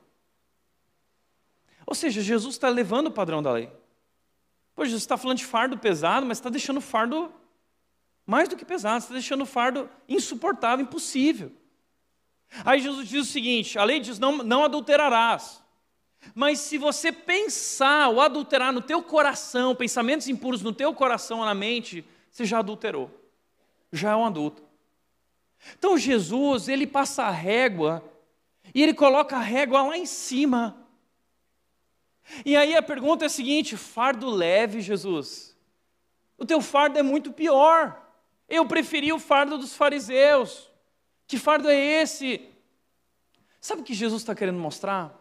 Ou seja, Jesus está levando o padrão da lei. Pô, Jesus está falando de fardo pesado, mas está deixando o fardo mais do que pesado, você está deixando o fardo insuportável, impossível. Aí Jesus diz o seguinte, a lei diz, não, não adulterarás. Mas se você pensar ou adulterar no teu coração, pensamentos impuros no teu coração ou na mente, você já adulterou. Já é um adulto. Então Jesus, ele passa a régua e ele coloca a régua lá em cima. E aí a pergunta é a seguinte, fardo leve, Jesus. O teu fardo é muito pior. Eu preferi o fardo dos fariseus. Que fardo é esse? Sabe o que Jesus está querendo mostrar?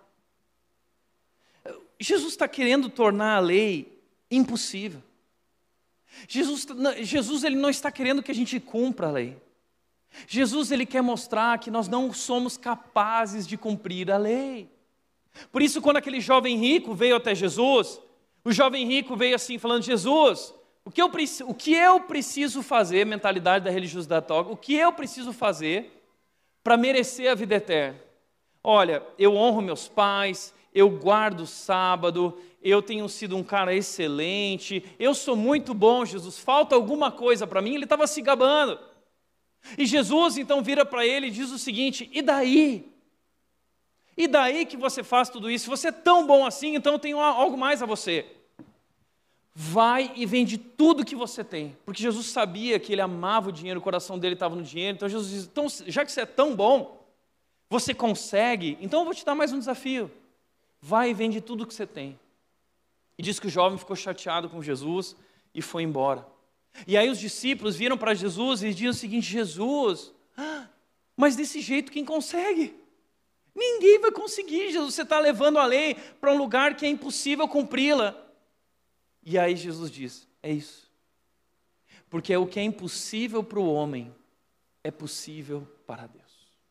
Jesus está querendo tornar a lei impossível. Jesus, Jesus ele não está querendo que a gente cumpra a lei. Jesus ele quer mostrar que nós não somos capazes de cumprir a lei. Por isso, quando aquele jovem rico veio até Jesus, o jovem rico veio assim falando, Jesus, O que, eu, o que eu preciso fazer, mentalidade da religiosidade tóxica, o que eu preciso fazer para merecer a vida eterna? Olha, eu honro meus pais, eu guardo o sábado, eu tenho sido um cara excelente, eu sou muito bom, Jesus, falta alguma coisa para mim? Ele estava se gabando. E Jesus então vira para ele e diz o seguinte, e daí? E daí que você faz tudo isso? Se você é tão bom assim, então eu tenho algo mais a você. Vai e vende tudo que você tem. Porque Jesus sabia que ele amava o dinheiro, o coração dele estava no dinheiro. Então Jesus diz, então, já que você é tão bom, você consegue, então eu vou te dar mais um desafio. Vai e vende tudo que você tem. E diz que o jovem ficou chateado com Jesus e foi embora. E aí os discípulos viram para Jesus e diziam o seguinte, Jesus, Mas desse jeito quem consegue? Ninguém vai conseguir, Jesus. Você está levando a lei para um lugar que é impossível cumpri-la. E aí Jesus diz, é isso. Porque o que é impossível para o homem é possível para Deus.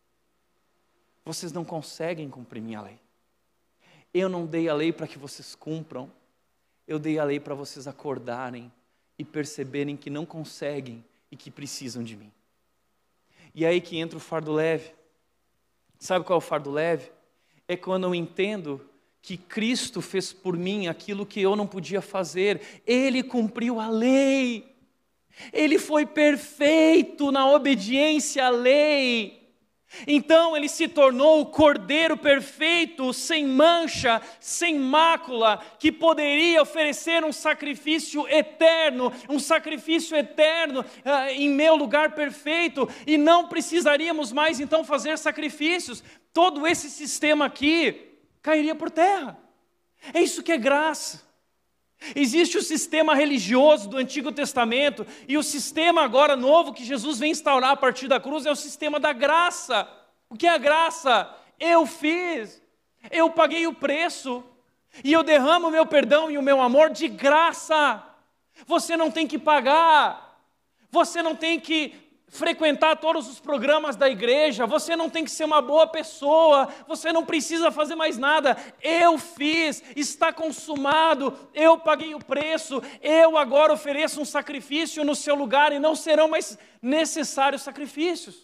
Vocês não conseguem cumprir minha lei. Eu não dei a lei para que vocês cumpram. Eu dei a lei para vocês acordarem e perceberem que não conseguem e que precisam de mim. E aí que entra o fardo leve. Sabe qual é o fardo leve? É quando eu entendo que Cristo fez por mim aquilo que eu não podia fazer. Ele cumpriu a lei. Ele foi perfeito na obediência à lei. Então ele se tornou o Cordeiro perfeito, sem mancha, sem mácula, que poderia oferecer um sacrifício eterno, um sacrifício eterno uh, em meu lugar perfeito, e não precisaríamos mais então fazer sacrifícios. Todo esse sistema aqui cairia por terra. É isso que é graça. Existe o sistema religioso do Antigo Testamento e o sistema agora novo que Jesus vem instaurar a partir da cruz é o sistema da graça. O que é a graça? Eu fiz, eu paguei o preço e eu derramo o meu perdão e o meu amor de graça. Você não tem que pagar, você não tem que frequentar todos os programas da igreja, você não tem que ser uma boa pessoa, você não precisa fazer mais nada. Eu fiz, está consumado, eu paguei o preço, eu agora ofereço um sacrifício no seu lugar e não serão mais necessários sacrifícios.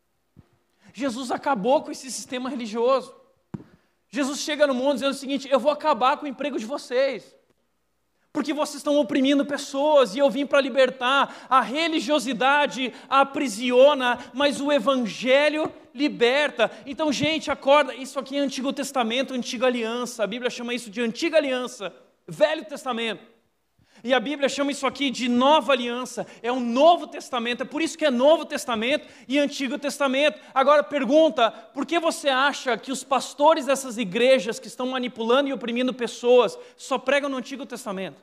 Jesus acabou com esse sistema religioso. Jesus chega no mundo dizendo o seguinte: eu vou acabar com o emprego de vocês, porque vocês estão oprimindo pessoas, e eu vim para libertar. A religiosidade aprisiona, mas o evangelho liberta. Então, gente, acorda. Isso aqui é Antigo Testamento, Antiga Aliança. A Bíblia chama isso de Antiga Aliança, Velho Testamento. E a Bíblia chama isso aqui de Nova Aliança. É um Novo Testamento. É por isso que é Novo Testamento e Antigo Testamento. Agora pergunta, por que você acha que os pastores dessas igrejas que estão manipulando e oprimindo pessoas só pregam no Antigo Testamento?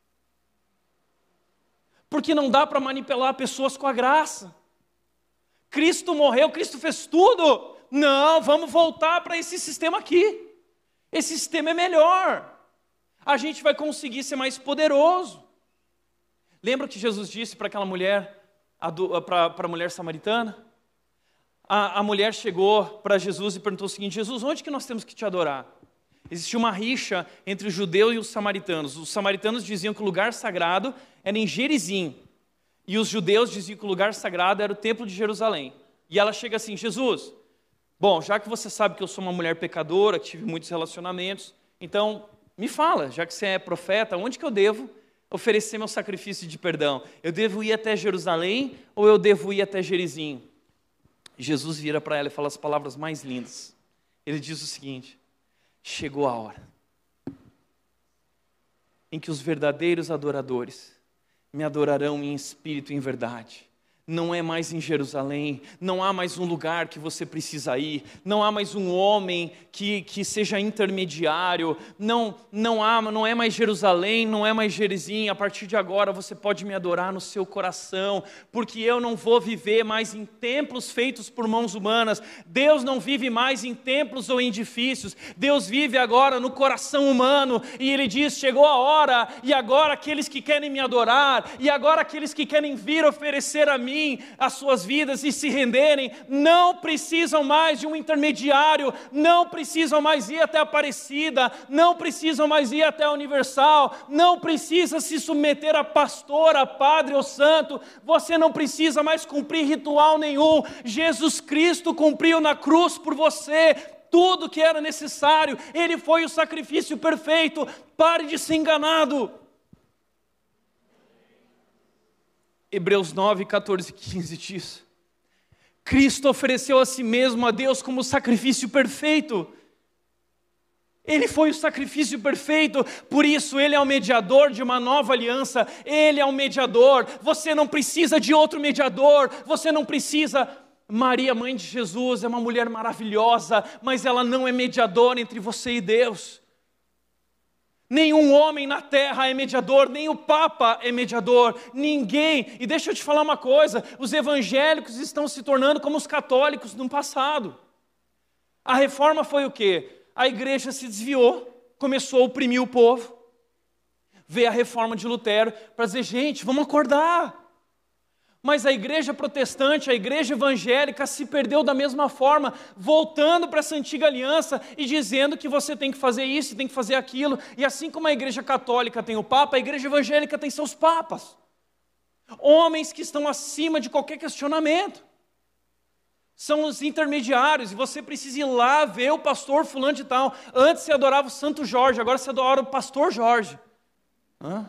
Porque não dá para manipular pessoas com a graça. Cristo morreu, Cristo fez tudo. Não, vamos voltar para esse sistema aqui. Esse sistema é melhor. A gente vai conseguir ser mais poderoso. Lembra que Jesus disse para aquela mulher, para a mulher samaritana? A, a mulher chegou para Jesus e perguntou o seguinte: Jesus, onde que nós temos que te adorar? Existia uma rixa entre os judeus e os samaritanos. Os samaritanos diziam que o lugar sagrado era em Gerizim, e os judeus diziam que o lugar sagrado era o templo de Jerusalém. E ela chega assim: Jesus, bom, já que você sabe que eu sou uma mulher pecadora, que tive muitos relacionamentos, então me fala, já que você é profeta, onde que eu devo oferecer meu sacrifício de perdão? Eu devo ir até Jerusalém ou eu devo ir até Gerizim? Jesus vira para ela e fala as palavras mais lindas. Ele diz o seguinte: chegou a hora em que os verdadeiros adoradores me adorarão em espírito e em verdade. Não é mais em Jerusalém, não há mais um lugar que você precisa ir, não há mais um homem que, que seja intermediário, não, não, há, não é mais Jerusalém, não é mais Gerizim. A partir de agora você pode me adorar no seu coração, porque eu não vou viver mais em templos feitos por mãos humanas. Deus não vive mais em templos ou em edifícios, Deus vive agora no coração humano, e Ele diz: chegou a hora, e agora aqueles que querem me adorar, e agora aqueles que querem vir oferecer a mim as suas vidas e se renderem, não precisam mais de um intermediário, não precisam mais ir até a Aparecida, não precisam mais ir até a Universal, não precisa se submeter a pastor, a padre ou santo, você não precisa mais cumprir ritual nenhum. Jesus Cristo cumpriu na cruz por você tudo que era necessário, Ele foi o sacrifício perfeito. Pare de ser enganado. Hebreus nove, catorze e quinze diz: Cristo ofereceu a si mesmo a Deus como sacrifício perfeito. Ele foi o sacrifício perfeito, por isso Ele é o mediador de uma nova aliança. Ele é o mediador, você não precisa de outro mediador, você não precisa... Maria, mãe de Jesus, é uma mulher maravilhosa, mas ela não é mediadora entre você e Deus. Nenhum homem na terra é mediador, nem o Papa é mediador, ninguém. E deixa eu te falar uma coisa, os evangélicos estão se tornando como os católicos no passado. A reforma foi o quê? A igreja se desviou, começou a oprimir o povo. Veio a reforma de Lutero para dizer, gente, vamos acordar. Mas a igreja protestante, a igreja evangélica se perdeu da mesma forma, voltando para essa antiga aliança e dizendo que você tem que fazer isso, tem que fazer aquilo. E assim como a igreja católica tem o Papa, a igreja evangélica tem seus papas. Homens que estão acima de qualquer questionamento. São os intermediários, e você precisa ir lá ver o pastor fulano de tal. Antes você adorava o Santo Jorge, agora você adora o pastor Jorge. Hã?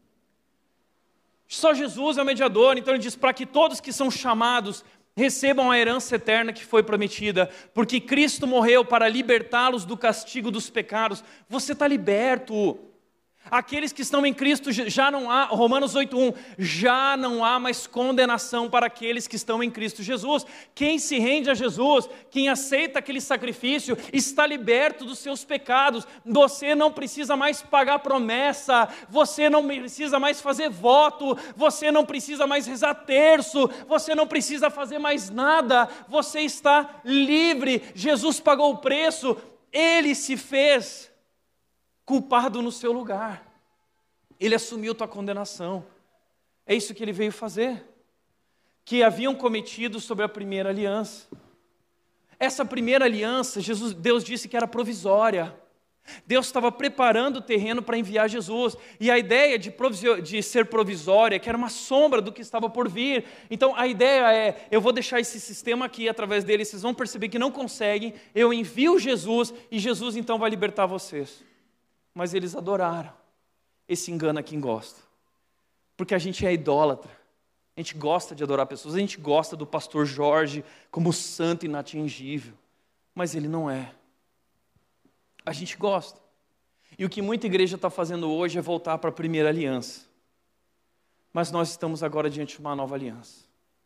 Só Jesus é o mediador, então ele diz, para que todos que são chamados recebam a herança eterna que foi prometida, porque Cristo morreu para libertá-los do castigo dos pecados. Você está liberto. Aqueles que estão em Cristo já não há, Romanos oito, um, já não há mais condenação para aqueles que estão em Cristo Jesus. Quem se rende a Jesus, quem aceita aquele sacrifício, está liberto dos seus pecados. Você não precisa mais pagar promessa, você não precisa mais fazer voto, você não precisa mais rezar terço, você não precisa fazer mais nada, você está livre. Jesus pagou o preço, Ele se fez culpado no seu lugar. Ele assumiu tua condenação. É isso que ele veio fazer. Que haviam cometido sobre a primeira aliança. Essa primeira aliança, Jesus, Deus disse que era provisória. Deus estava preparando o terreno para enviar Jesus. E a ideia de, de ser provisória, que era uma sombra do que estava por vir. Então a ideia é, eu vou deixar esse sistema aqui, através dele, vocês vão perceber que não conseguem, eu envio Jesus, e Jesus então vai libertar vocês. Mas eles adoraram. Esse engana quem gosta. Porque a gente é idólatra. A gente gosta de adorar pessoas. A gente gosta do pastor Jorge como santo inatingível. Mas ele não é. A gente gosta. E o que muita igreja está fazendo hoje é voltar para a primeira aliança. Mas nós estamos agora diante de uma nova aliança.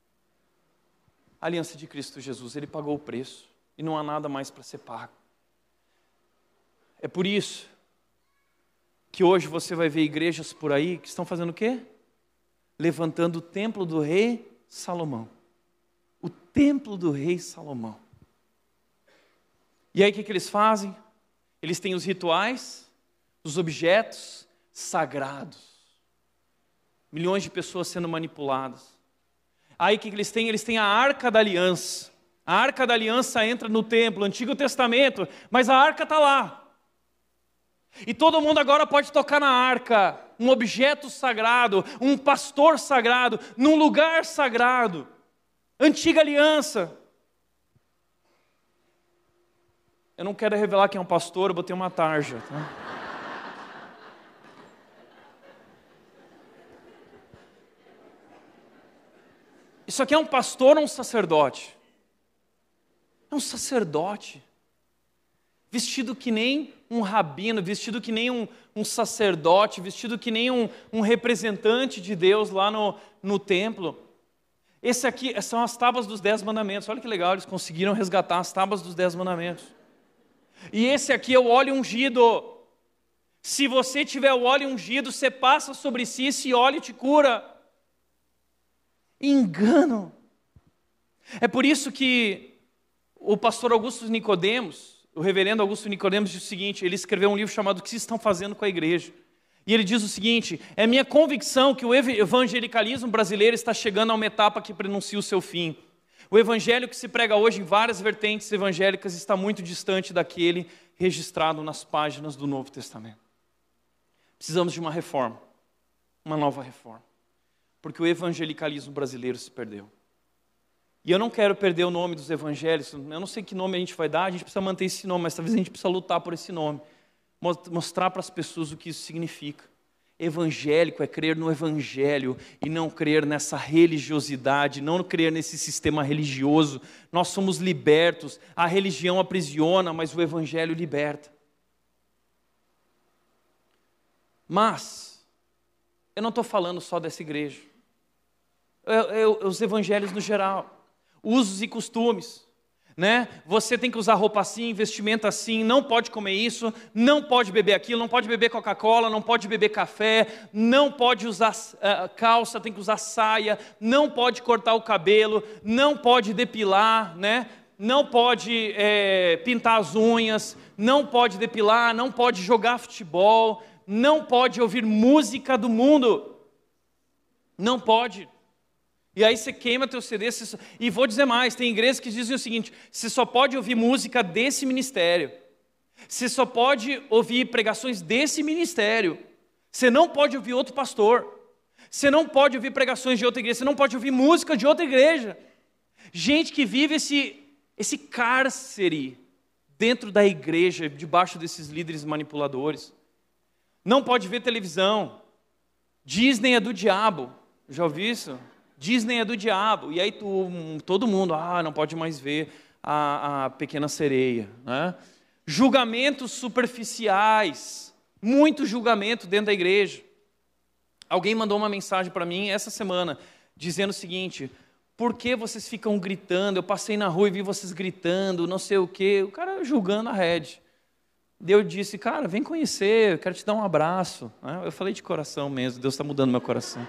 A aliança de Cristo Jesus. Ele pagou o preço. E não há nada mais para ser pago. É por isso que hoje você vai ver igrejas por aí que estão fazendo o quê? Levantando o templo do rei Salomão. O templo do rei Salomão. E aí o que, que eles fazem? Eles têm os rituais, os objetos sagrados. Milhões de pessoas sendo manipuladas. Aí o que, que eles têm? Eles têm a Arca da Aliança. A Arca da Aliança entra no templo, Antigo Testamento, mas a Arca está lá. E todo mundo agora pode tocar na arca, um objeto sagrado, um pastor sagrado, num lugar sagrado. Antiga aliança. Eu não quero revelar quem é um pastor, eu botei uma tarja. Tá? Isso aqui é um pastor ou um sacerdote? É um sacerdote. Vestido que nem um rabino, vestido que nem um, um sacerdote, vestido que nem um, um representante de Deus lá no, no templo. Esse aqui são as tábuas dos dez mandamentos. Olha que legal, eles conseguiram resgatar as tábuas dos dez mandamentos. E esse aqui é o óleo ungido. Se você tiver o óleo ungido, você passa sobre si, esse óleo te cura. Engano. É por isso que o pastor Augusto Nicodemos, o reverendo Augusto Nicodemos diz o seguinte, ele escreveu um livro chamado O que se estão fazendo com a igreja? E ele diz o seguinte, é minha convicção que o evangelicalismo brasileiro está chegando a uma etapa que prenuncia o seu fim. O evangelho que se prega hoje em várias vertentes evangélicas está muito distante daquele registrado nas páginas do Novo Testamento. Precisamos de uma reforma, uma nova reforma, porque o evangelicalismo brasileiro se perdeu. E eu não quero perder o nome dos evangélicos, eu não sei que nome a gente vai dar, a gente precisa manter esse nome, mas talvez a gente precisa lutar por esse nome. Mostrar para as pessoas o que isso significa. Evangélico é crer no evangelho e não crer nessa religiosidade, não crer nesse sistema religioso. Nós somos libertos, a religião aprisiona, mas o evangelho liberta. Mas, eu não estou falando só dessa igreja. Eu, eu, os evangelhos no geral. Usos e costumes. né? Você tem que usar roupa assim, vestimenta assim, não pode comer isso, não pode beber aquilo, não pode beber Coca-Cola, não pode beber café, não pode usar uh, calça, tem que usar saia, não pode cortar o cabelo, não pode depilar, né? Não pode é, pintar as unhas, não pode depilar, não pode jogar futebol, não pode ouvir música do mundo, não pode. E aí você queima teu C D, só... e vou dizer mais, tem igrejas que dizem o seguinte, você só pode ouvir música desse ministério, você só pode ouvir pregações desse ministério, você não pode ouvir outro pastor, você não pode ouvir pregações de outra igreja, você não pode ouvir música de outra igreja. Gente que vive esse, esse cárcere dentro da igreja, debaixo desses líderes manipuladores. Não pode ver televisão, Disney é do diabo, já ouviu isso? Disney é do diabo, e aí tu, todo mundo, ah, não pode mais ver a, a Pequena Sereia, né? Julgamentos superficiais, muito julgamento dentro da igreja. Alguém mandou uma mensagem para mim essa semana, dizendo o seguinte, por que vocês ficam gritando? Eu passei na rua e vi vocês gritando, não sei o quê, o cara julgando a rede. Eu disse, cara, vem conhecer, eu quero te dar um abraço. Eu falei de coração mesmo, Deus está mudando meu coração.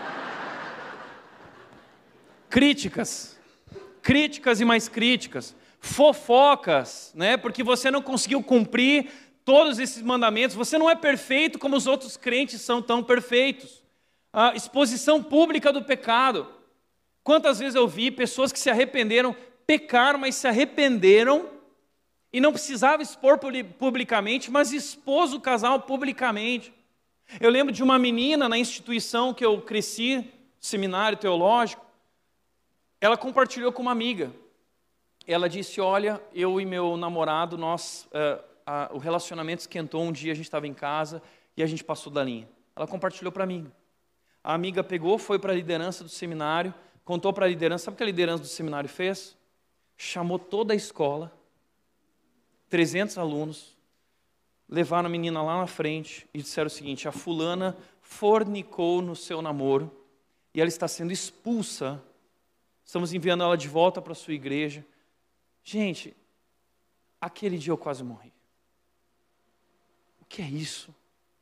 Críticas, críticas e mais críticas, fofocas, né? Porque você não conseguiu cumprir todos esses mandamentos, você não é perfeito como os outros crentes são tão perfeitos. A exposição pública do pecado. Quantas vezes eu vi pessoas que se arrependeram, pecaram, mas se arrependeram e não precisava expor publicamente, mas expôs o casal publicamente. Eu lembro de uma menina na instituição que eu cresci, seminário teológico, ela compartilhou com uma amiga. Ela disse, olha, eu e meu namorado, nós, uh, uh, o relacionamento esquentou um dia, a gente estava em casa e a gente passou da linha. Ela compartilhou para a amiga. A amiga pegou, foi para a liderança do seminário, contou para a liderança, sabe o que a liderança do seminário fez? Chamou toda a escola, trezentos alunos, levaram a menina lá na frente e disseram o seguinte, a fulana fornicou no seu namoro e ela está sendo expulsa. Estamos enviando ela de volta para a sua igreja. Gente, aquele dia eu quase morri. O que é isso?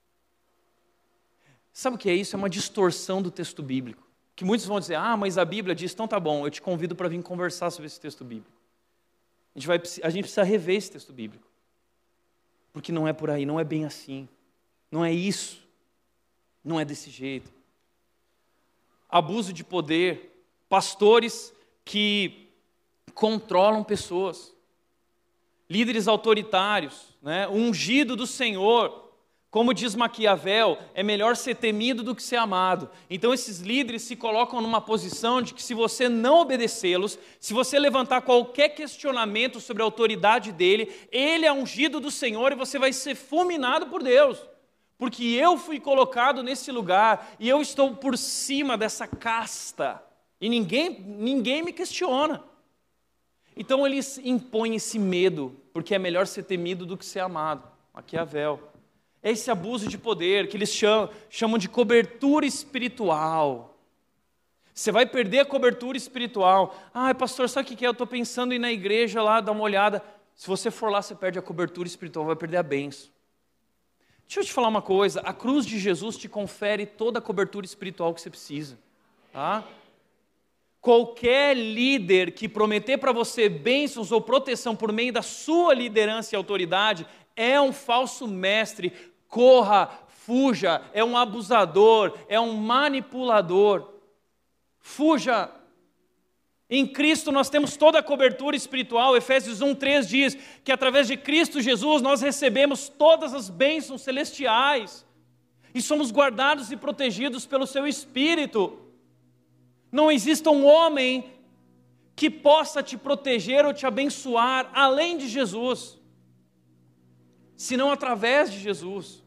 Sabe o que é isso? É uma distorção do texto bíblico. Que muitos vão dizer, ah, mas a Bíblia diz, então tá bom, eu te convido para vir conversar sobre esse texto bíblico. A gente, vai, a gente precisa rever esse texto bíblico. Porque não é por aí, não é bem assim. Não é isso. Não é desse jeito. Abuso de poder. Pastores que controlam pessoas, líderes autoritários, né? O ungido do Senhor, como diz Maquiavel, é melhor ser temido do que ser amado. Então esses líderes se colocam numa posição de que se você não obedecê-los, se você levantar qualquer questionamento sobre a autoridade dele, ele é ungido do Senhor e você vai ser fulminado por Deus. Porque eu fui colocado nesse lugar e eu estou por cima dessa casta. E ninguém, ninguém me questiona. Então eles impõem esse medo, porque é melhor ser temido do que ser amado. Maquiavel. É esse abuso de poder que eles chamam, chamam de cobertura espiritual. Você vai perder a cobertura espiritual. Ah, pastor, sabe o que é? Eu estou pensando em ir na igreja lá, dar uma olhada. Se você for lá, você perde a cobertura espiritual, vai perder a bênção. Deixa eu te falar uma coisa. A cruz de Jesus te confere toda a cobertura espiritual que você precisa. Tá? Qualquer líder que prometer para você bênçãos ou proteção por meio da sua liderança e autoridade é um falso mestre. Corra, fuja, é um abusador, é um manipulador. Fuja. Em Cristo nós temos toda a cobertura espiritual. Efésios um, três diz que através de Cristo Jesus nós recebemos todas as bênçãos celestiais e somos guardados e protegidos pelo seu Espírito. Não existe um homem que possa te proteger ou te abençoar além de Jesus, senão através de Jesus.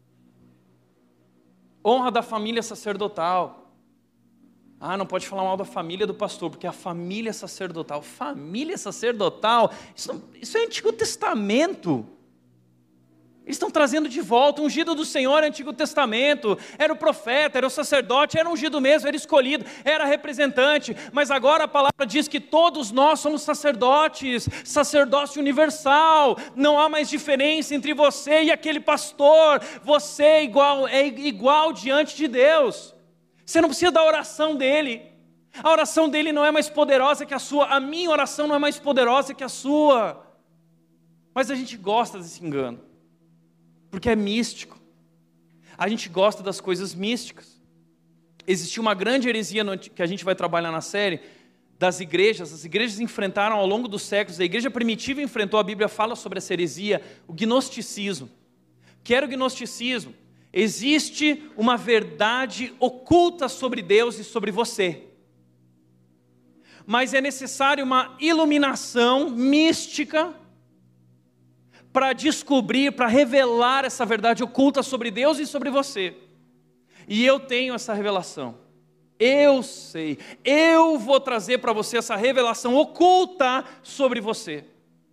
Honra da família sacerdotal. Ah, não pode falar mal da família do pastor, porque a família sacerdotal, família sacerdotal, isso, isso é Antigo Testamento. Eles estão trazendo de volta. O ungido do Senhor, Antigo Testamento, era o profeta, era o sacerdote, era ungido mesmo, era escolhido, era representante. Mas agora a palavra diz que todos nós somos sacerdotes, sacerdócio universal. Não há mais diferença entre você e aquele pastor. Você é igual, é igual diante de Deus. Você não precisa da oração dele. A oração dele não é mais poderosa que a sua. A minha oração não é mais poderosa que a sua. Mas a gente gosta desse engano. Porque é místico. A gente gosta das coisas místicas. Existiu uma grande heresia no, que a gente vai trabalhar na série, das igrejas. As igrejas enfrentaram ao longo dos séculos, a igreja primitiva enfrentou, a Bíblia fala sobre essa heresia, o gnosticismo. O que era o gnosticismo? Existe uma verdade oculta sobre Deus e sobre você. Mas é necessário uma iluminação mística para descobrir, para revelar essa verdade oculta sobre Deus e sobre você. E eu tenho essa revelação. Eu sei. Eu vou trazer para você essa revelação oculta sobre você.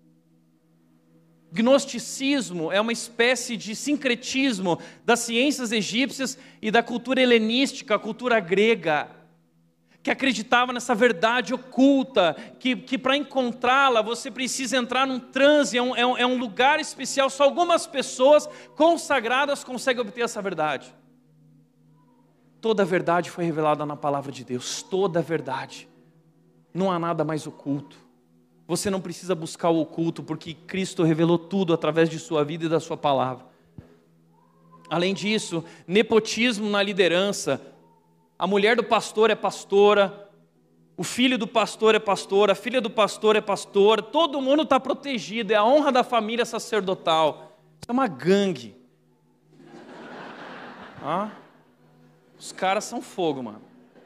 Gnosticismo é uma espécie de sincretismo das ciências egípcias e da cultura helenística, a cultura grega, que acreditava nessa verdade oculta, que, que para encontrá-la você precisa entrar num transe, é um, é, um, é um lugar especial, só algumas pessoas consagradas conseguem obter essa verdade. Toda a verdade foi revelada na palavra de Deus, toda a verdade. Não há nada mais oculto. Você não precisa buscar o oculto, porque Cristo revelou tudo através de sua vida e da sua palavra. Além disso, nepotismo na liderança. A mulher do pastor é pastora, o filho do pastor é pastor, a filha do pastor é pastora, todo mundo está protegido, é a honra da família sacerdotal. Isso é uma gangue. Ah, os caras são fogo, mano.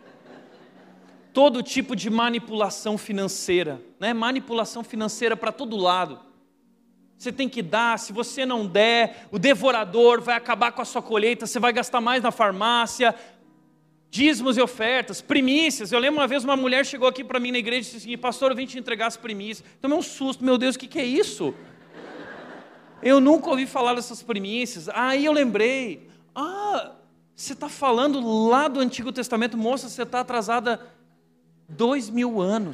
Todo tipo de manipulação financeira, né? Manipulação financeira para todo lado. Você tem que dar, se você não der, o devorador vai acabar com a sua colheita, você vai gastar mais na farmácia. Dízimos e ofertas, primícias. Eu lembro uma vez uma mulher chegou aqui para mim na igreja e disse assim: pastor, eu vim te entregar as primícias. Tomei um susto, meu Deus, o que, que é isso? Eu nunca ouvi falar dessas primícias. Aí eu lembrei, ah, você está falando lá do Antigo Testamento, moça, você está atrasada dois mil anos.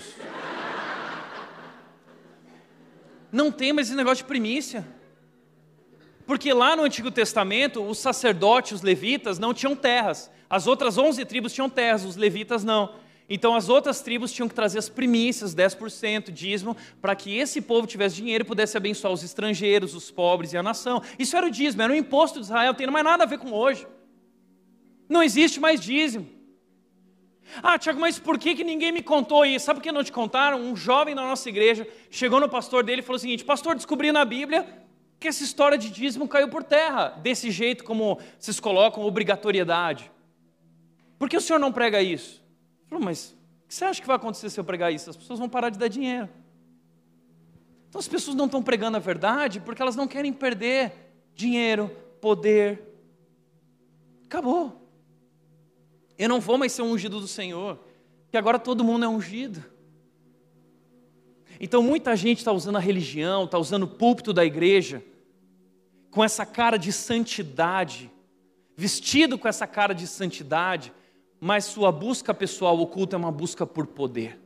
Não tem mais esse negócio de primícia. Porque lá no Antigo Testamento, os sacerdotes, os levitas, não tinham terras. As outras onze tribos tinham terras, os levitas não. Então as outras tribos tinham que trazer as primícias, dez por cento, dízimo, para que esse povo tivesse dinheiro e pudesse abençoar os estrangeiros, os pobres e a nação. Isso era o dízimo, era um imposto de Israel, não tem mais nada a ver com hoje. Não existe mais dízimo. Ah, Tiago, mas por que, que ninguém me contou isso? Sabe por que não te contaram? Um jovem da nossa igreja chegou no pastor dele e falou o seguinte: pastor, descobri na Bíblia que essa história de dízimo caiu por terra, desse jeito como vocês colocam, obrigatoriedade. Por que o senhor não prega isso? Ele falou, mas o que você acha que vai acontecer se eu pregar isso? As pessoas vão parar de dar dinheiro. Então as pessoas não estão pregando a verdade porque elas não querem perder dinheiro, poder. Acabou. Eu não vou mais ser um ungido do Senhor, porque agora todo mundo é ungido. Então muita gente está usando a religião, está usando o púlpito da igreja, com essa cara de santidade, vestido com essa cara de santidade, mas sua busca pessoal oculta é uma busca por poder.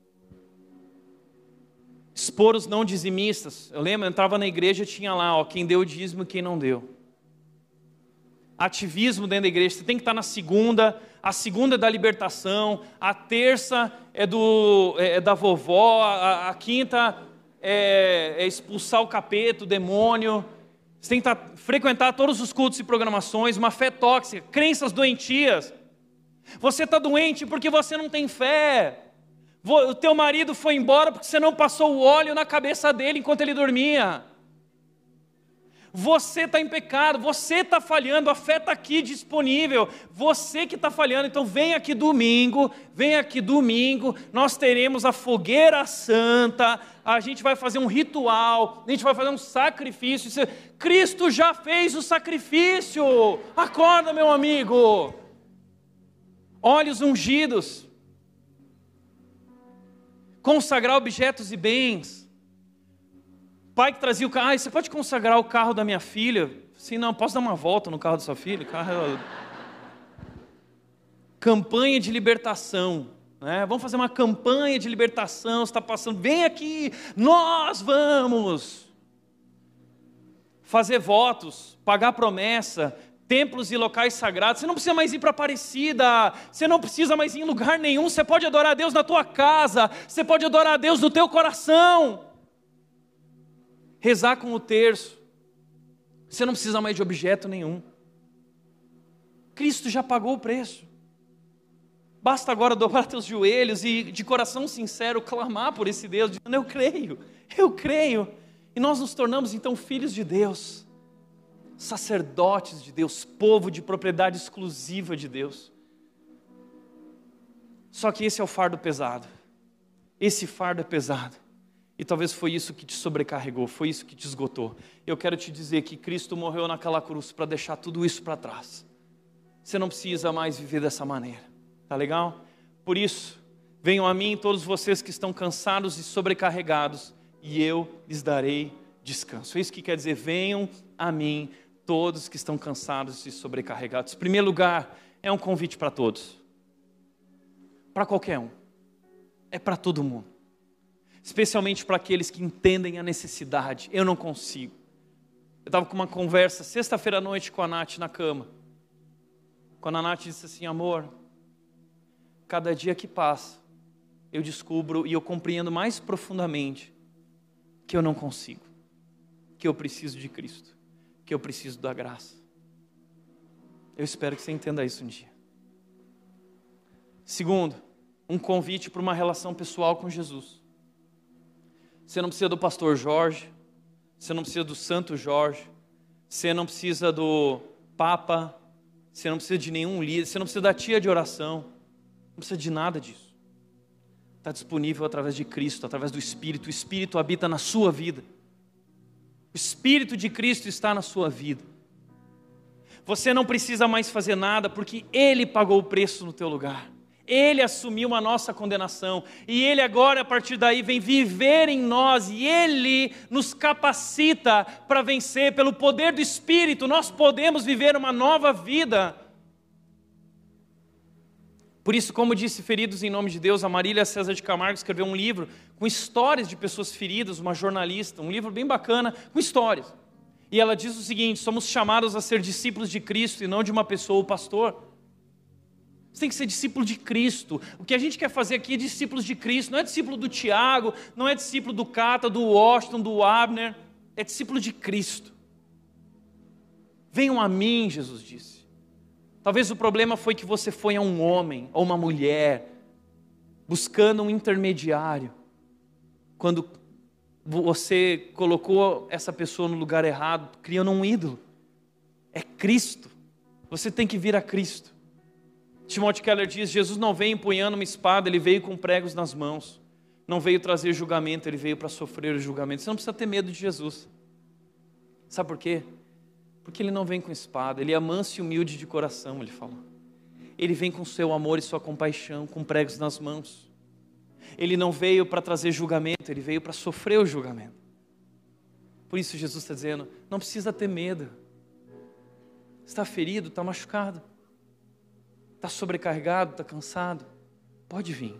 Expor os não dizimistas. Eu lembro, eu entrava na igreja e tinha lá, ó, quem deu o dízimo e quem não deu. Ativismo dentro da igreja, você tem que estar na segunda, a segunda é da libertação, a terça é, do, é da vovó, a, a quinta é, é expulsar o capeta, o demônio. Você tem que estar, frequentar todos os cultos e programações, uma fé tóxica, crenças doentias. Você está doente porque você não tem fé. O teu marido foi embora porque você não passou o óleo na cabeça dele enquanto ele dormia. Você está em pecado, você está falhando, a fé está aqui disponível, você que está falhando. Então vem aqui domingo, vem aqui domingo, nós teremos a fogueira santa, a gente vai fazer um ritual, a gente vai fazer um sacrifício. Cristo já fez o sacrifício, acorda meu amigo. Olhos ungidos, consagrar objetos e bens. pai que trazia o carro, ah, você pode consagrar o carro da minha filha? Sim, não, posso dar uma volta no carro da sua filha? Carro... Campanha de libertação, né? Vamos fazer uma campanha de libertação, você está passando, vem aqui, nós vamos fazer votos, pagar promessa, templos e locais sagrados. Você não precisa mais ir para Aparecida, você não precisa mais ir em lugar nenhum, você pode adorar a Deus na tua casa, você pode adorar a Deus no teu coração, rezar com o terço, você não precisa mais de objeto nenhum. Cristo já pagou o preço. Basta agora dobrar teus joelhos e de coração sincero clamar por esse Deus, dizendo, eu creio, eu creio. E nós nos tornamos então filhos de Deus, sacerdotes de Deus, povo de propriedade exclusiva de Deus. Só que esse é o fardo pesado. Esse fardo é pesado. E talvez foi isso que te sobrecarregou, foi isso que te esgotou. Eu quero te dizer que Cristo morreu naquela cruz para deixar tudo isso para trás. Você não precisa mais viver dessa maneira. Tá legal? Por isso, venham a mim todos vocês que estão cansados e sobrecarregados, e eu lhes darei descanso. É isso que quer dizer, venham a mim todos que estão cansados e sobrecarregados. Em primeiro lugar, é um convite para todos. Para qualquer um. É para todo mundo. Especialmente para aqueles que entendem a necessidade. Eu não consigo. Eu estava com uma conversa sexta-feira à noite com a Nath na cama. Quando a Nath disse assim, amor, cada dia que passa, eu descubro e eu compreendo mais profundamente que eu não consigo. Que eu preciso de Cristo. Que eu preciso da graça. Eu espero que você entenda isso um dia. Segundo, um convite para uma relação pessoal com Jesus. Você não precisa do pastor Jorge, você não precisa do santo Jorge, você não precisa do papa, você não precisa de nenhum líder, você não precisa da tia de oração, não precisa de nada disso. Está disponível através de Cristo, através do Espírito. O Espírito habita na sua vida. O Espírito de Cristo está na sua vida. Você não precisa mais fazer nada, porque Ele pagou o preço no teu lugar. Ele assumiu a nossa condenação, e Ele agora, a partir daí, vem viver em nós, e Ele nos capacita para vencer. Pelo poder do Espírito, nós podemos viver uma nova vida. Por isso, como disse Feridos em Nome de Deus, a Marília César de Camargo escreveu um livro com histórias de pessoas feridas, uma jornalista, um livro bem bacana, com histórias. E ela diz o seguinte, somos chamados a ser discípulos de Cristo e não de uma pessoa ou pastor. Você tem que ser discípulo de Cristo. O que a gente quer fazer aqui é discípulos de Cristo. Não é discípulo do Tiago, não é discípulo do Cata, do Washington, do Abner. É discípulo de Cristo. Venham a mim, Jesus disse. Talvez o problema foi que você foi a um homem ou uma mulher, buscando um intermediário, quando você colocou essa pessoa no lugar errado, criando um ídolo. É Cristo. Você tem que vir a Cristo. Timothy Keller diz, Jesus não veio empunhando uma espada, Ele veio com pregos nas mãos. Não veio trazer julgamento, Ele veio para sofrer o julgamento. Você não precisa ter medo de Jesus. Sabe por quê? Porque Ele não vem com espada, Ele é manso e humilde de coração, Ele falou. Ele vem com seu amor e sua compaixão, com pregos nas mãos. Ele não veio para trazer julgamento, Ele veio para sofrer o julgamento. Por isso Jesus está dizendo, não precisa ter medo. Está ferido, está machucado. Está sobrecarregado, está cansado, pode vir.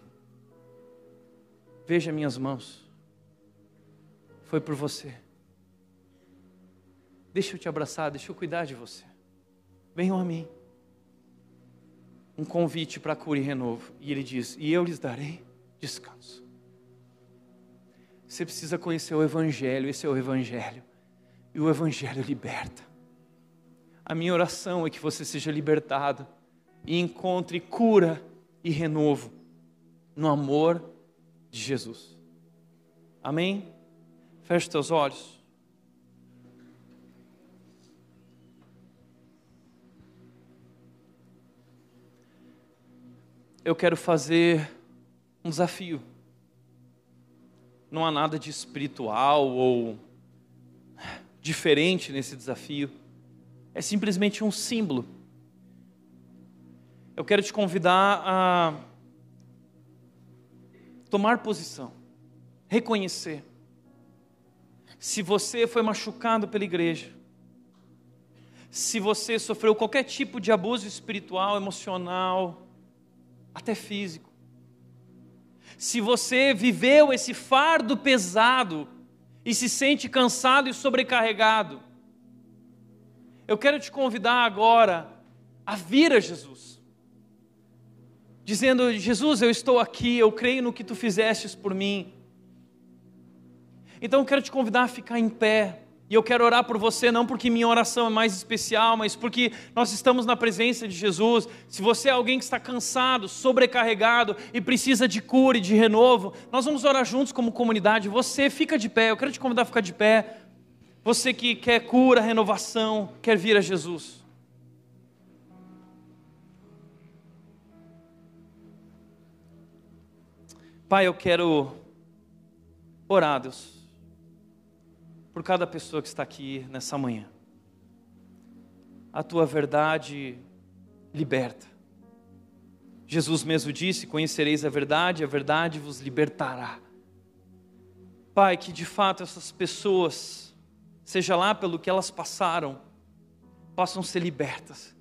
Veja minhas mãos. Foi por você. Deixa eu te abraçar, deixa eu cuidar de você. Venham a mim. Um convite para cura e renovo. E Ele diz, e eu lhes darei descanso. Você precisa conhecer o Evangelho, esse é o Evangelho. E o Evangelho liberta. A minha oração é que você seja libertado e encontre cura e renovo no amor de Jesus. Amém? Feche teus olhos. Eu quero fazer um desafio. Não há nada de espiritual ou diferente nesse desafio. É simplesmente um símbolo. Eu quero te convidar a tomar posição, reconhecer Se você foi machucado pela igreja, se você sofreu qualquer tipo de abuso espiritual, emocional, até físico, se você viveu esse fardo pesado e se sente cansado e sobrecarregado, eu quero te convidar agora a vir a Jesus, dizendo: Jesus, eu estou aqui, eu creio no que tu fizestes por mim. Então eu quero te convidar a ficar em pé, e eu quero orar por você, não porque minha oração é mais especial, mas porque nós estamos na presença de Jesus. Se você é alguém que está cansado, sobrecarregado e precisa de cura e de renovo, nós vamos orar juntos como comunidade. Você fica de pé, eu quero te convidar a ficar de pé. Você que quer cura, renovação, quer vir a Jesus. Pai, eu quero orar, Deus, por cada pessoa que está aqui nessa manhã. A tua verdade liberta. Jesus mesmo disse: conhecereis a verdade, a verdade vos libertará. Pai, que de fato essas pessoas, seja lá pelo que elas passaram, possam ser libertas.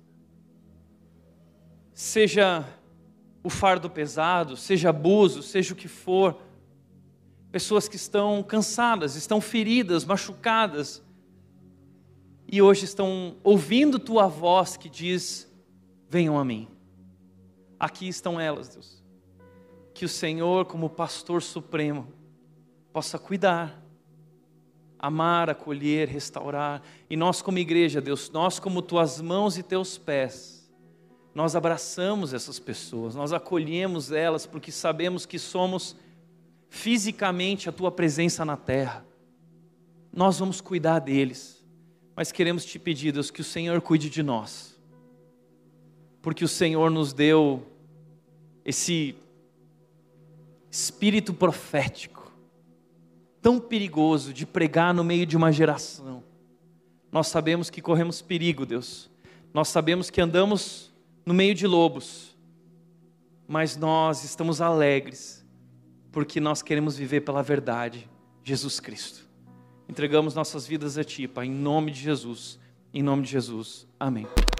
Seja o fardo pesado, seja abuso, seja o que for, pessoas que estão cansadas, estão feridas, machucadas, e hoje estão ouvindo tua voz que diz: venham a mim. Aqui estão elas, Deus. Que o Senhor, como pastor supremo, possa cuidar, amar, acolher, restaurar. E nós como igreja, Deus, nós como tuas mãos e teus pés, nós abraçamos essas pessoas, nós acolhemos elas, porque sabemos que somos fisicamente a tua presença na terra. Nós vamos cuidar deles, mas queremos te pedir, Deus, que o Senhor cuide de nós, porque o Senhor nos deu esse espírito profético tão perigoso de pregar no meio de uma geração. Nós sabemos que corremos perigo, Deus, nós sabemos que andamos no meio de lobos, mas nós estamos alegres, porque nós queremos viver pela verdade, Jesus Cristo. Entregamos nossas vidas a Ti, Pai, em nome de Jesus, em nome de Jesus, amém.